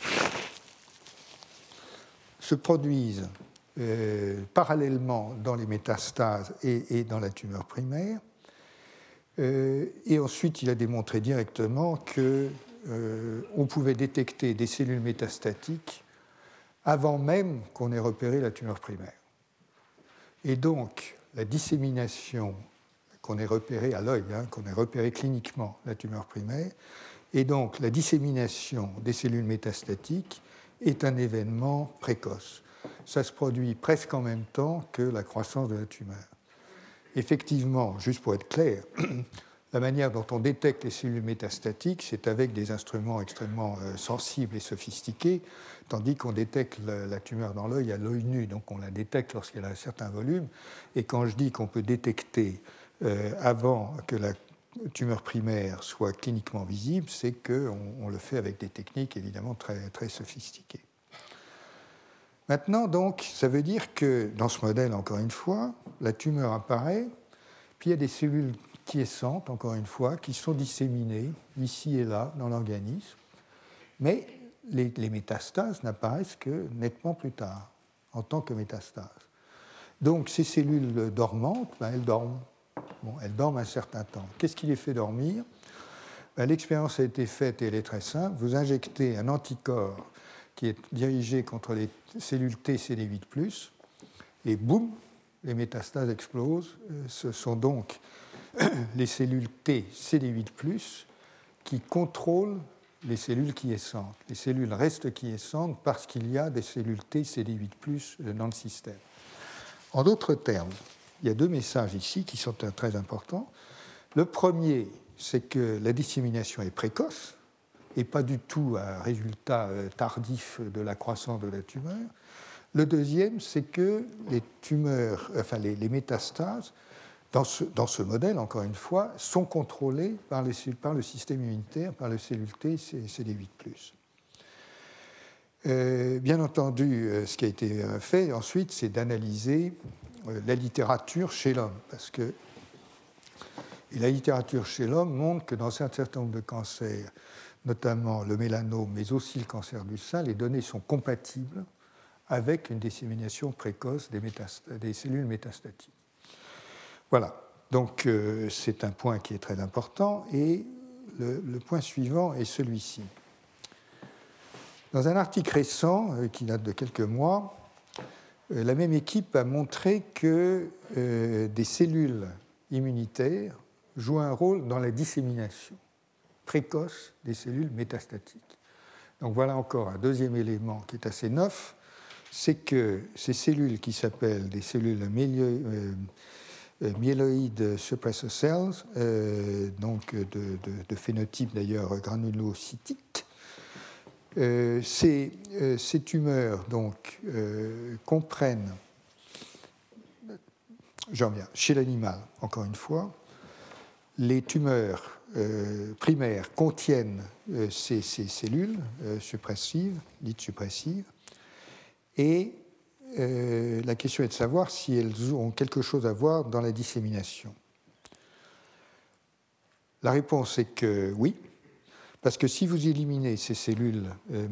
se produisent parallèlement dans les métastases et dans la tumeur primaire. Et ensuite, il a démontré directement qu'on pouvait détecter des cellules métastatiques avant même qu'on ait repéré la tumeur primaire. Et donc, la dissémination qu'on ait repéré à l'œil, qu'on ait repéré cliniquement la tumeur primaire. Et donc la dissémination des cellules métastatiques est un événement précoce. Ça se produit presque en même temps que la croissance de la tumeur. Effectivement, juste pour être clair, la manière dont on détecte les cellules métastatiques, c'est avec des instruments extrêmement sensibles et sophistiqués, tandis qu'on détecte la tumeur dans l'œil à l'œil nu, donc on la détecte lorsqu'elle a un certain volume. Et quand je dis qu'on peut détecter avant que la tumeur primaire soit cliniquement visible, c'est qu'on le fait avec des techniques évidemment très, très sophistiquées. Maintenant, donc, ça veut dire que dans ce modèle, encore une fois, la tumeur apparaît, puis il y a des cellules quiescentes, encore une fois, qui sont disséminées ici et là dans l'organisme, mais les métastases n'apparaissent que nettement plus tard, en tant que métastases. Donc, ces cellules dormantes, elles dorment. Elles dorment un certain temps. Qu'est-ce qui les fait dormir ? L'expérience a été faite et elle est très simple. Vous injectez un anticorps qui est dirigé contre les cellules T CD8+, et boum, les métastases explosent. Ce sont donc les cellules T CD8+, qui contrôlent les cellules quiescentes. Les cellules restent quiescentes parce qu'il y a des cellules T CD8+ dans le système. En d'autres termes, il y a deux messages ici qui sont très importants. Le premier, c'est que la dissémination est précoce et pas du tout un résultat tardif de la croissance de la tumeur. Le deuxième, c'est que les tumeurs, les métastases, dans ce modèle, encore une fois, sont contrôlées par le système immunitaire, par les cellules T CD8+. Bien entendu, ce qui a été fait ensuite, c'est d'analyser la littérature chez l'homme, parce que la littérature chez l'homme montre que dans un certain nombre de cancers, notamment le mélanome, mais aussi le cancer du sein, les données sont compatibles avec une dissémination précoce des cellules métastatiques. Voilà, donc c'est un point qui est très important, et le point suivant est celui-ci. Dans un article récent, qui date de quelques mois, la même équipe a montré que des cellules immunitaires jouent un rôle dans la dissémination précoce des cellules métastatiques. Donc voilà encore un deuxième élément qui est assez neuf, c'est que ces cellules qui s'appellent des cellules myéloïdes suppressor cells, donc de phénotype d'ailleurs granulocytique, ces tumeurs donc, comprennent, j'en viens, chez l'animal, encore une fois, les tumeurs primaires contiennent ces cellules suppressives, dites suppressives, et la question est de savoir si elles ont quelque chose à voir dans la dissémination. La réponse est que oui, parce que si vous éliminez ces cellules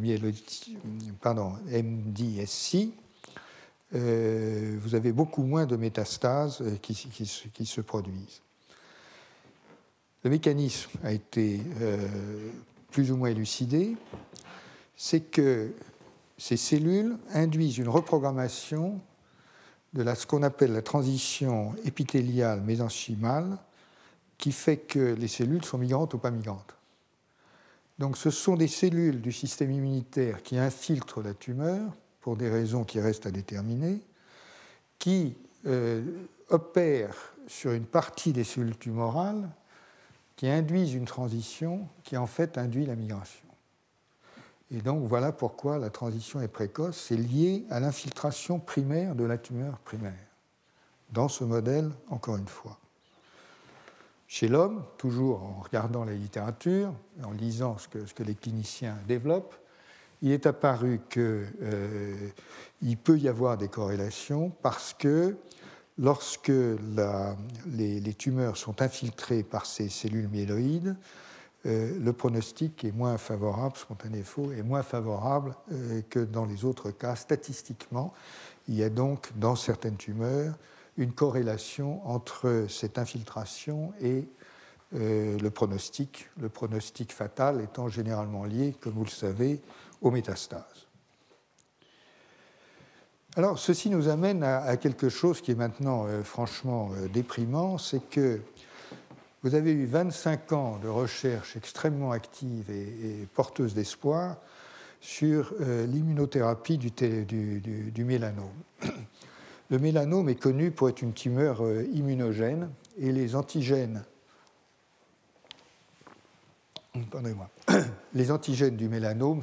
MDSC, vous avez beaucoup moins de métastases qui se produisent. Le mécanisme a été plus ou moins élucidé, c'est que ces cellules induisent une reprogrammation de ce qu'on appelle la transition épithéliale mésenchymale, qui fait que les cellules sont migrantes ou pas migrantes. Donc ce sont des cellules du système immunitaire qui infiltrent la tumeur, pour des raisons qui restent à déterminer, qui opèrent sur une partie des cellules tumorales, qui induisent une transition qui en fait induit la migration. Et donc voilà pourquoi la transition est précoce, c'est lié à l'infiltration primaire de la tumeur primaire. Dans ce modèle, encore une fois. Chez l'homme, toujours en regardant la littérature, en lisant ce que les cliniciens développent, il est apparu qu'il peut y avoir des corrélations parce que lorsque les tumeurs sont infiltrées par ces cellules myéloïdes, le pronostic est moins favorable, spontané faux, est moins favorable que dans les autres cas. Statistiquement, il y a donc dans certaines tumeurs une corrélation entre cette infiltration et le pronostic fatal étant généralement lié, comme vous le savez, aux métastases. Alors, ceci nous amène à quelque chose qui est maintenant franchement déprimant, c'est que vous avez eu 25 ans de recherche extrêmement active et porteuse d'espoir sur l'immunothérapie du mélanome. Le mélanome est connu pour être une tumeur immunogène et les antigènes, les antigènes du mélanome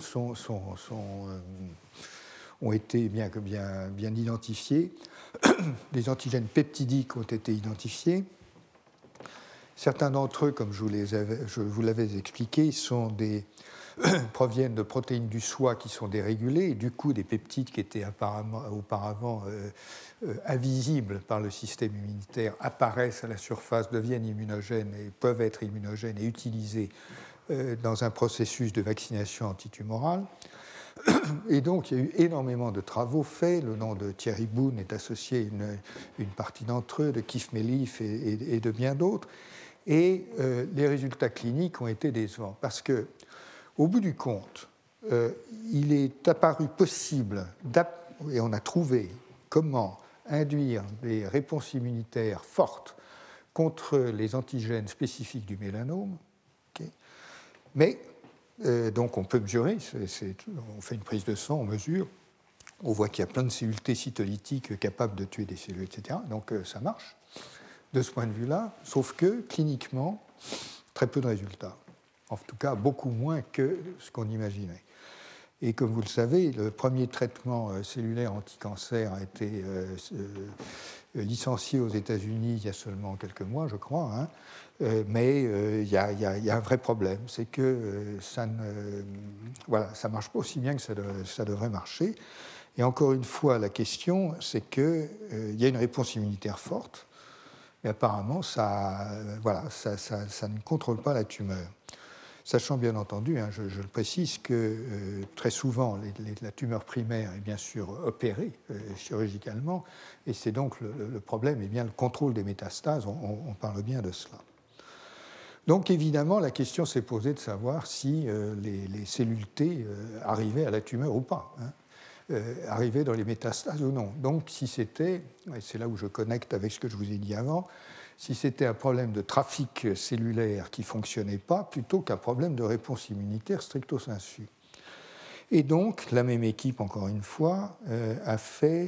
ont été bien identifiés. Les antigènes peptidiques ont été identifiés. Certains d'entre eux, comme je vous l'avais expliqué, proviennent de protéines du soi qui sont dérégulées, et du coup des peptides qui étaient auparavant invisibles par le système immunitaire apparaissent à la surface, deviennent immunogènes et peuvent être immunogènes et utilisés dans un processus de vaccination antitumorale. Et donc, il y a eu énormément de travaux faits. Le nom de Thierry Boone est associé à une partie d'entre eux, de Keith Melliffe et de bien d'autres. Et les résultats cliniques ont été décevants parce que, au bout du compte, il est apparu possible, et on a trouvé comment induire des réponses immunitaires fortes contre les antigènes spécifiques du mélanome. Okay. Mais donc on peut mesurer, on fait une prise de sang, on mesure, on voit qu'il y a plein de cellules T cytolytiques capables de tuer des cellules, etc. Donc ça marche de ce point de vue-là, sauf que cliniquement, très peu de résultats. En tout cas, beaucoup moins que ce qu'on imaginait. Et comme vous le savez, le premier traitement cellulaire anti-cancer a été licencié aux États-Unis il y a seulement quelques mois, je crois, hein. Mais il y a un vrai problème, c'est que ça ne marche pas aussi bien que ça devrait marcher. Et encore une fois, la question, c'est qu'il y a une réponse immunitaire forte, mais apparemment, ça ne contrôle pas la tumeur. Sachant bien entendu, hein, je le précise, que très souvent, la tumeur primaire est bien sûr opérée chirurgicalement, et c'est donc le problème est bien le contrôle des métastases, on parle bien de cela. Donc évidemment, la question s'est posée de savoir si les cellules T arrivaient à la tumeur ou pas, hein, arrivaient dans les métastases ou non. Donc si c'était, et c'est là où je connecte avec ce que je vous ai dit avant, si c'était un problème de trafic cellulaire qui ne fonctionnait pas, plutôt qu'un problème de réponse immunitaire stricto sensu. Et donc, la même équipe, encore une fois, a fait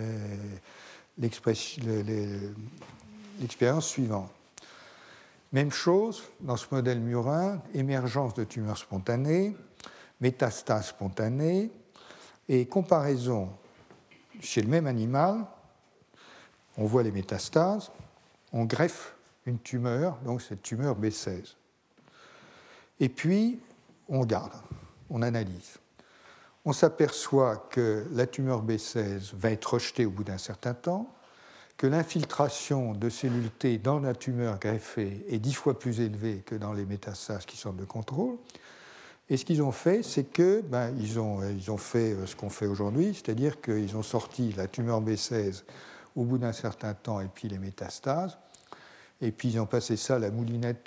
l'expérience suivante. Même chose, dans ce modèle murin, émergence de tumeurs spontanées, métastases spontanées, et comparaison chez le même animal, on voit les métastases, on greffe une tumeur, donc cette tumeur B16. Et puis, on garde, on analyse. On s'aperçoit que la tumeur B16 va être rejetée au bout d'un certain temps, que l'infiltration de cellules T dans la tumeur greffée est 10 fois plus élevée que dans les métastases qui sont de contrôle. Et ce qu'ils ont fait, c'est qu'ils ont fait ce qu'on fait aujourd'hui, c'est-à-dire qu'ils ont sorti la tumeur B16 au bout d'un certain temps et puis les métastases. Et puis ils ont passé ça à la moulinette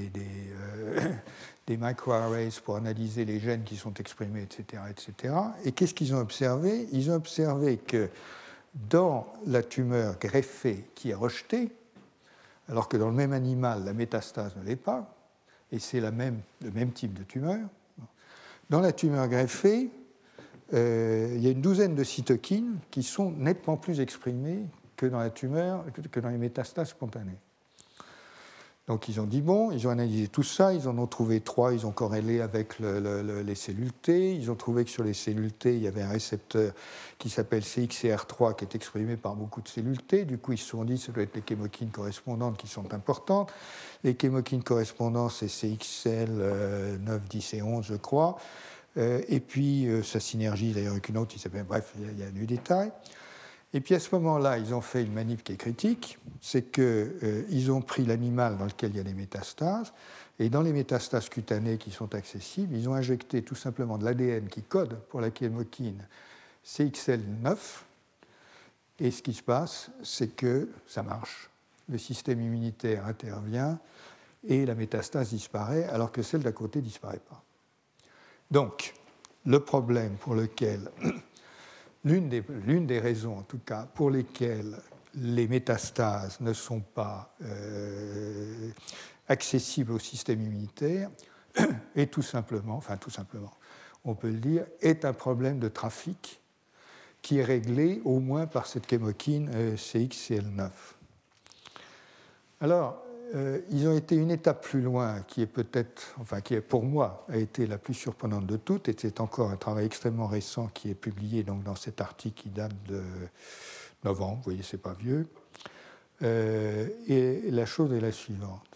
des microarrays pour analyser les gènes qui sont exprimés, etc., etc. Et qu'est-ce qu'ils ont observé ? Ils ont observé que dans la tumeur greffée qui est rejetée, alors que dans le même animal, la métastase ne l'est pas, et c'est le même type de tumeur, dans la tumeur greffée, il y a une douzaine de cytokines qui sont nettement plus exprimées que dans la tumeur, que dans les métastases spontanées. Donc ils ont dit, ils ont analysé tout ça, ils en ont trouvé 3, ils ont corrélé avec les cellules T, ils ont trouvé que sur les cellules T, il y avait un récepteur qui s'appelle CXCR3 qui est exprimé par beaucoup de cellules T, du coup ils se sont dit, ça doit être les chémokines correspondantes qui sont importantes. Les chémokines correspondantes, c'est CXL 9, 10 et 11, je crois, et puis sa synergie d'ailleurs avec une autre, bref, il y a du détail. Et puis à ce moment-là, ils ont fait une manip qui est critique, c'est qu'ils ont pris l'animal dans lequel il y a des métastases, et dans les métastases cutanées qui sont accessibles, ils ont injecté tout simplement de l'ADN qui code pour la chémokine CXL9, et ce qui se passe, c'est que ça marche. Le système immunitaire intervient, et la métastase disparaît, alors que celle d'à côté ne disparaît pas. Donc, le problème pour lequel... L'une des raisons, en tout cas, pour lesquelles les métastases ne sont pas accessible au système immunitaire et tout simplement, on peut le dire, est un problème de trafic qui est réglé au moins par cette chémokine CXCL9. Alors, ils ont été une étape plus loin, qui est peut-être, qui est pour moi a été la plus surprenante de toutes, et c'est encore un travail extrêmement récent qui est publié donc, dans cet article qui date de novembre, vous voyez, c'est pas vieux. Et la chose est la suivante.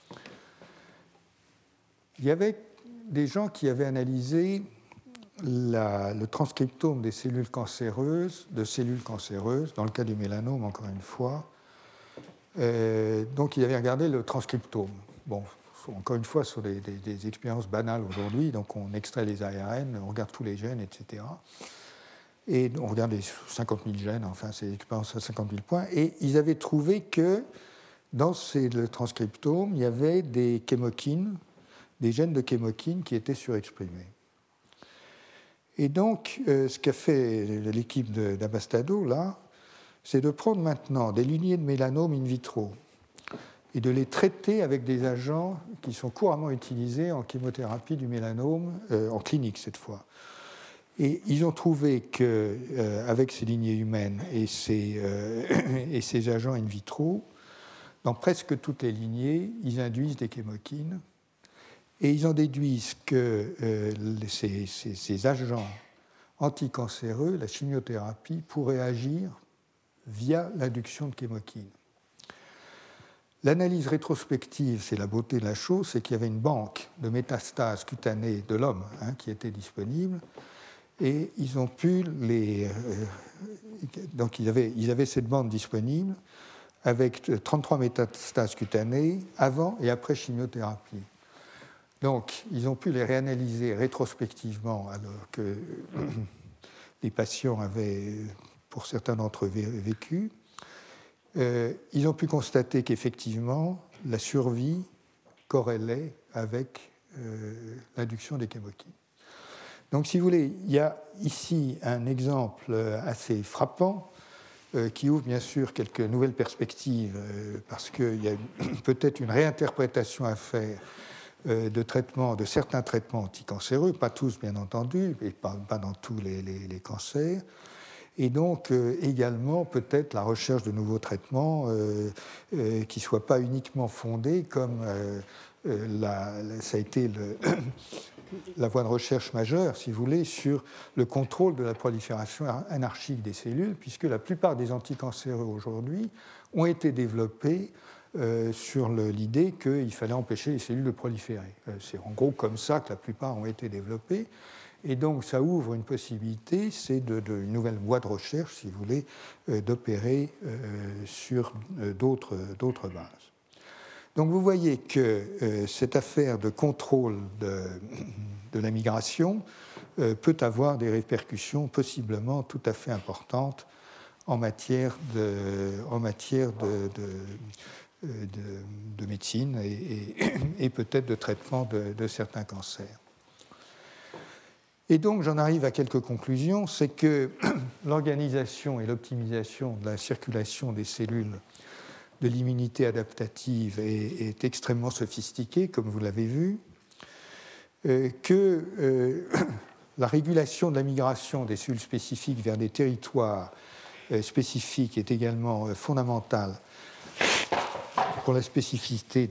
Il y avait des gens qui avaient analysé le transcriptome des cellules cancéreuses, dans le cas du mélanome, encore une fois. Donc, ils avaient regardé le transcriptome. Bon, encore une fois, sur des expériences banales aujourd'hui. Donc, on extrait les ARN, on regarde tous les gènes, etc. Et on regarde les 50 000 gènes, enfin, c'est des expériences à 50 000 points. Et ils avaient trouvé que dans le transcriptome, il y avait des chémokines, des gènes de chémokines qui étaient surexprimés. Et donc, ce qu'a fait l'équipe d'Abastado, là, c'est de prendre maintenant des lignées de mélanome in vitro et de les traiter avec des agents qui sont couramment utilisés en chimiothérapie du mélanome, en clinique cette fois. Et ils ont trouvé qu'avec ces lignées humaines et ces agents in vitro, dans presque toutes les lignées, ils induisent des chémokines. Et ils en déduisent que ces agents anticancéreux, la chimiothérapie, pourrait agir via l'induction de chémokines. L'analyse rétrospective, c'est la beauté de la chose, c'est qu'il y avait une banque de métastases cutanées de l'homme qui était disponible, et ils ont pu donc ils avaient cette bande disponible avec 33 métastases cutanées avant et après chimiothérapie. Donc, ils ont pu les réanalyser rétrospectivement alors que les patients avaient, pour certains d'entre eux, vécu. Ils ont pu constater qu'effectivement, la survie corrélait avec l'induction des chémokines. Donc, si vous voulez, il y a ici un exemple assez frappant qui ouvre bien sûr quelques nouvelles perspectives parce qu'il y a peut-être une réinterprétation à faire de certains traitements anticancéreux, pas tous bien entendu, et pas dans tous les cancers, et donc également peut-être la recherche de nouveaux traitements qui ne soient pas uniquement fondés comme ça a été la voie de recherche majeure, si vous voulez, sur le contrôle de la prolifération anarchique des cellules, puisque la plupart des anticancéreux aujourd'hui ont été développés sur l'idée qu'il fallait empêcher les cellules de proliférer. C'est en gros comme ça que la plupart ont été développés. Et donc ça ouvre une possibilité, c'est une nouvelle voie de recherche, si vous voulez, d'opérer sur d'autres bases. Donc vous voyez que cette affaire de contrôle de la migration peut avoir des répercussions possiblement tout à fait importantes en matière de médecine et peut-être de traitement de certains cancers. Et donc j'en arrive à quelques conclusions, c'est que l'organisation et l'optimisation de la circulation des cellules de l'immunité adaptative est extrêmement sophistiquée, comme vous l'avez vu, que la régulation de la migration des cellules spécifiques vers des territoires spécifiques est également fondamentale pour la spécificité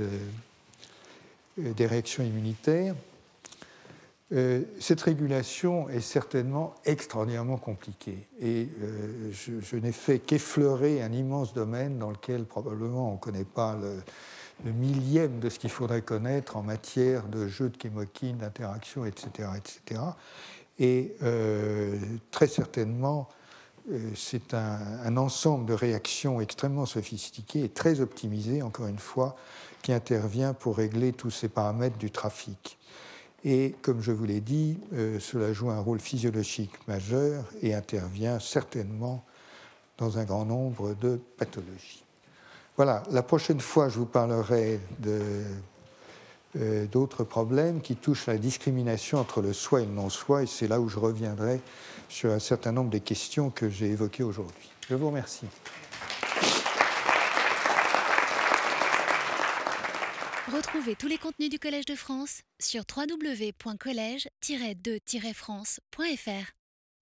des réactions immunitaires. Cette régulation est certainement extraordinairement compliquée et je n'ai fait qu'effleurer un immense domaine dans lequel probablement on ne connaît pas le millième de ce qu'il faudrait connaître en matière de jeux de chémokines, d'interaction, etc., etc. Et très certainement, c'est un ensemble de réactions extrêmement sophistiquées et très optimisées, encore une fois, qui intervient pour régler tous ces paramètres du trafic. Et comme je vous l'ai dit, cela joue un rôle physiologique majeur et intervient certainement dans un grand nombre de pathologies. Voilà, la prochaine fois, je vous parlerai d'autres problèmes qui touchent à la discrimination entre le soi et le non-soi, et c'est là où je reviendrai sur un certain nombre des questions que j'ai évoquées aujourd'hui. Je vous remercie. Retrouvez tous les contenus du Collège de France sur www.colège-2-france.fr.